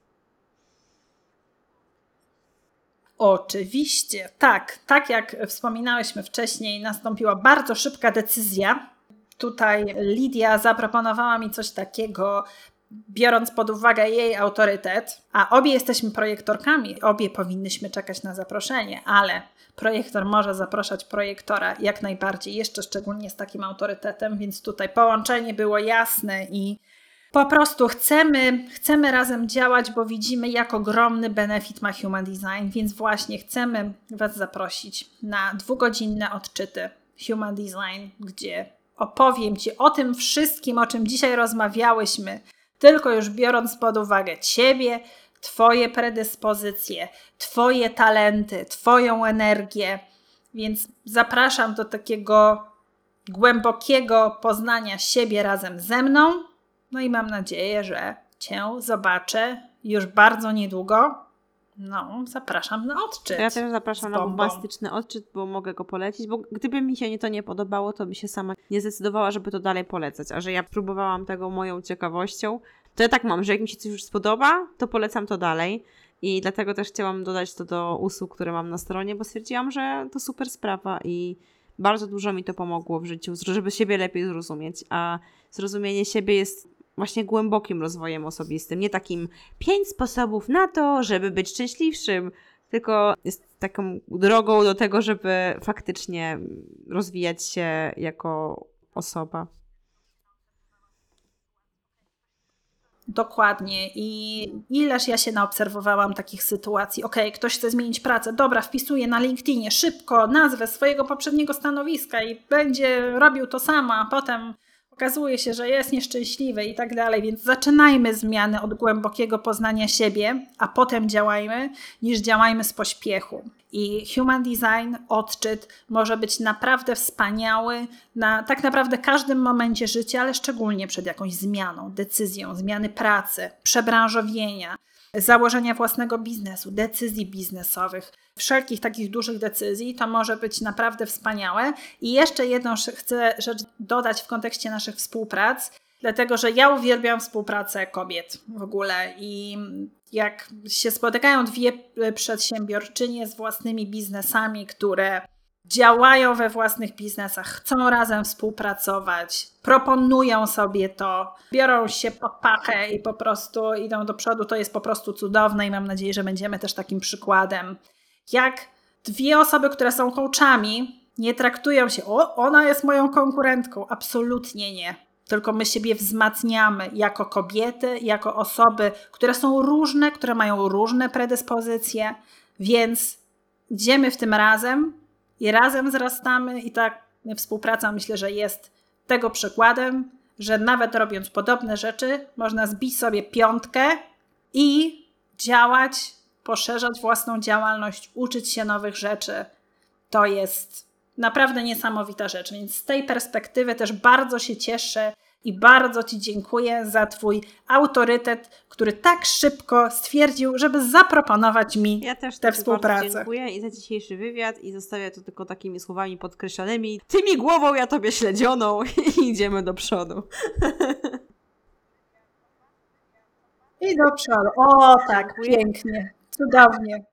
Oczywiście, tak. Tak jak wspominałyśmy wcześniej, nastąpiła bardzo szybka decyzja. Tutaj Lidia zaproponowała mi coś takiego, biorąc pod uwagę jej autorytet, a obie jesteśmy projektorkami, obie powinnyśmy czekać na zaproszenie, ale projektor może zapraszać projektora jak najbardziej, jeszcze szczególnie z takim autorytetem, więc tutaj połączenie było jasne i po prostu chcemy, chcemy razem działać, bo widzimy, jak ogromny benefit ma Human Design, więc właśnie chcemy Was zaprosić na dwugodzinne odczyty Human Design, gdzie opowiem Ci o tym wszystkim, o czym dzisiaj rozmawiałyśmy, tylko już biorąc pod uwagę Ciebie, Twoje predyspozycje, Twoje talenty, Twoją energię. Więc zapraszam do takiego głębokiego poznania siebie razem ze mną. No i mam nadzieję, że Cię zobaczę już bardzo niedługo. No, zapraszam na odczyt. Ja też zapraszam na bombastyczny odczyt, bo mogę go polecić, bo gdyby mi się to nie podobało, to by się sama nie zdecydowała, żeby to dalej polecać. A że ja próbowałam tego moją ciekawością, to ja tak mam, że jak mi się coś już spodoba, to polecam to dalej. I dlatego też chciałam dodać to do usług, które mam na stronie, bo stwierdziłam, że to super sprawa i bardzo dużo mi to pomogło w życiu, żeby siebie lepiej zrozumieć. A zrozumienie siebie jest właśnie głębokim rozwojem osobistym, nie takim pięć sposobów na to, żeby być szczęśliwszym, tylko jest taką drogą do tego, żeby faktycznie rozwijać się jako osoba. Dokładnie. I ileż ja się naobserwowałam takich sytuacji. Okej, okay, ktoś chce zmienić pracę, dobra, wpisuje na LinkedInie szybko nazwę swojego poprzedniego stanowiska i będzie robił to samo, a potem okazuje się, że jest nieszczęśliwy i tak dalej, więc zaczynajmy zmiany od głębokiego poznania siebie, a potem działajmy, niż działajmy z pośpiechu. I Human Design, odczyt może być naprawdę wspaniały na tak naprawdę każdym momencie życia, ale szczególnie przed jakąś zmianą, decyzją, zmiany pracy, przebranżowienia, założenia własnego biznesu, decyzji biznesowych, wszelkich takich dużych decyzji, to może być naprawdę wspaniałe. I jeszcze jedną chcę rzecz dodać w kontekście naszych współprac, dlatego że ja uwielbiam współpracę kobiet w ogóle i jak się spotykają dwie przedsiębiorczynie z własnymi biznesami, które działają we własnych biznesach, chcą razem współpracować, proponują sobie to, biorą się pod pachę i po prostu idą do przodu, to jest po prostu cudowne i mam nadzieję, że będziemy też takim przykładem. Jak dwie osoby, które są coachami, nie traktują się, o, ona jest moją konkurentką, absolutnie nie. Tylko my siebie wzmacniamy jako kobiety, jako osoby, które są różne, które mają różne predyspozycje, więc idziemy w tym razem i razem wzrastamy i tak współpraca myślę, że jest tego przykładem, że nawet robiąc podobne rzeczy, można zbić sobie piątkę i działać, poszerzać własną działalność, uczyć się nowych rzeczy. To jest naprawdę niesamowita rzecz, więc z tej perspektywy też bardzo się cieszę i bardzo Ci dziękuję za Twój autorytet, który tak szybko stwierdził, żeby zaproponować mi Ja też tę Tobie współpracę. bardzo dziękuję i za dzisiejszy wywiad i zostawię to tylko takimi słowami podkreślonymi. Ty mi głową, ja Tobie śledzioną i idziemy do przodu. I do przodu. O tak, Dziękuję. pięknie, cudownie.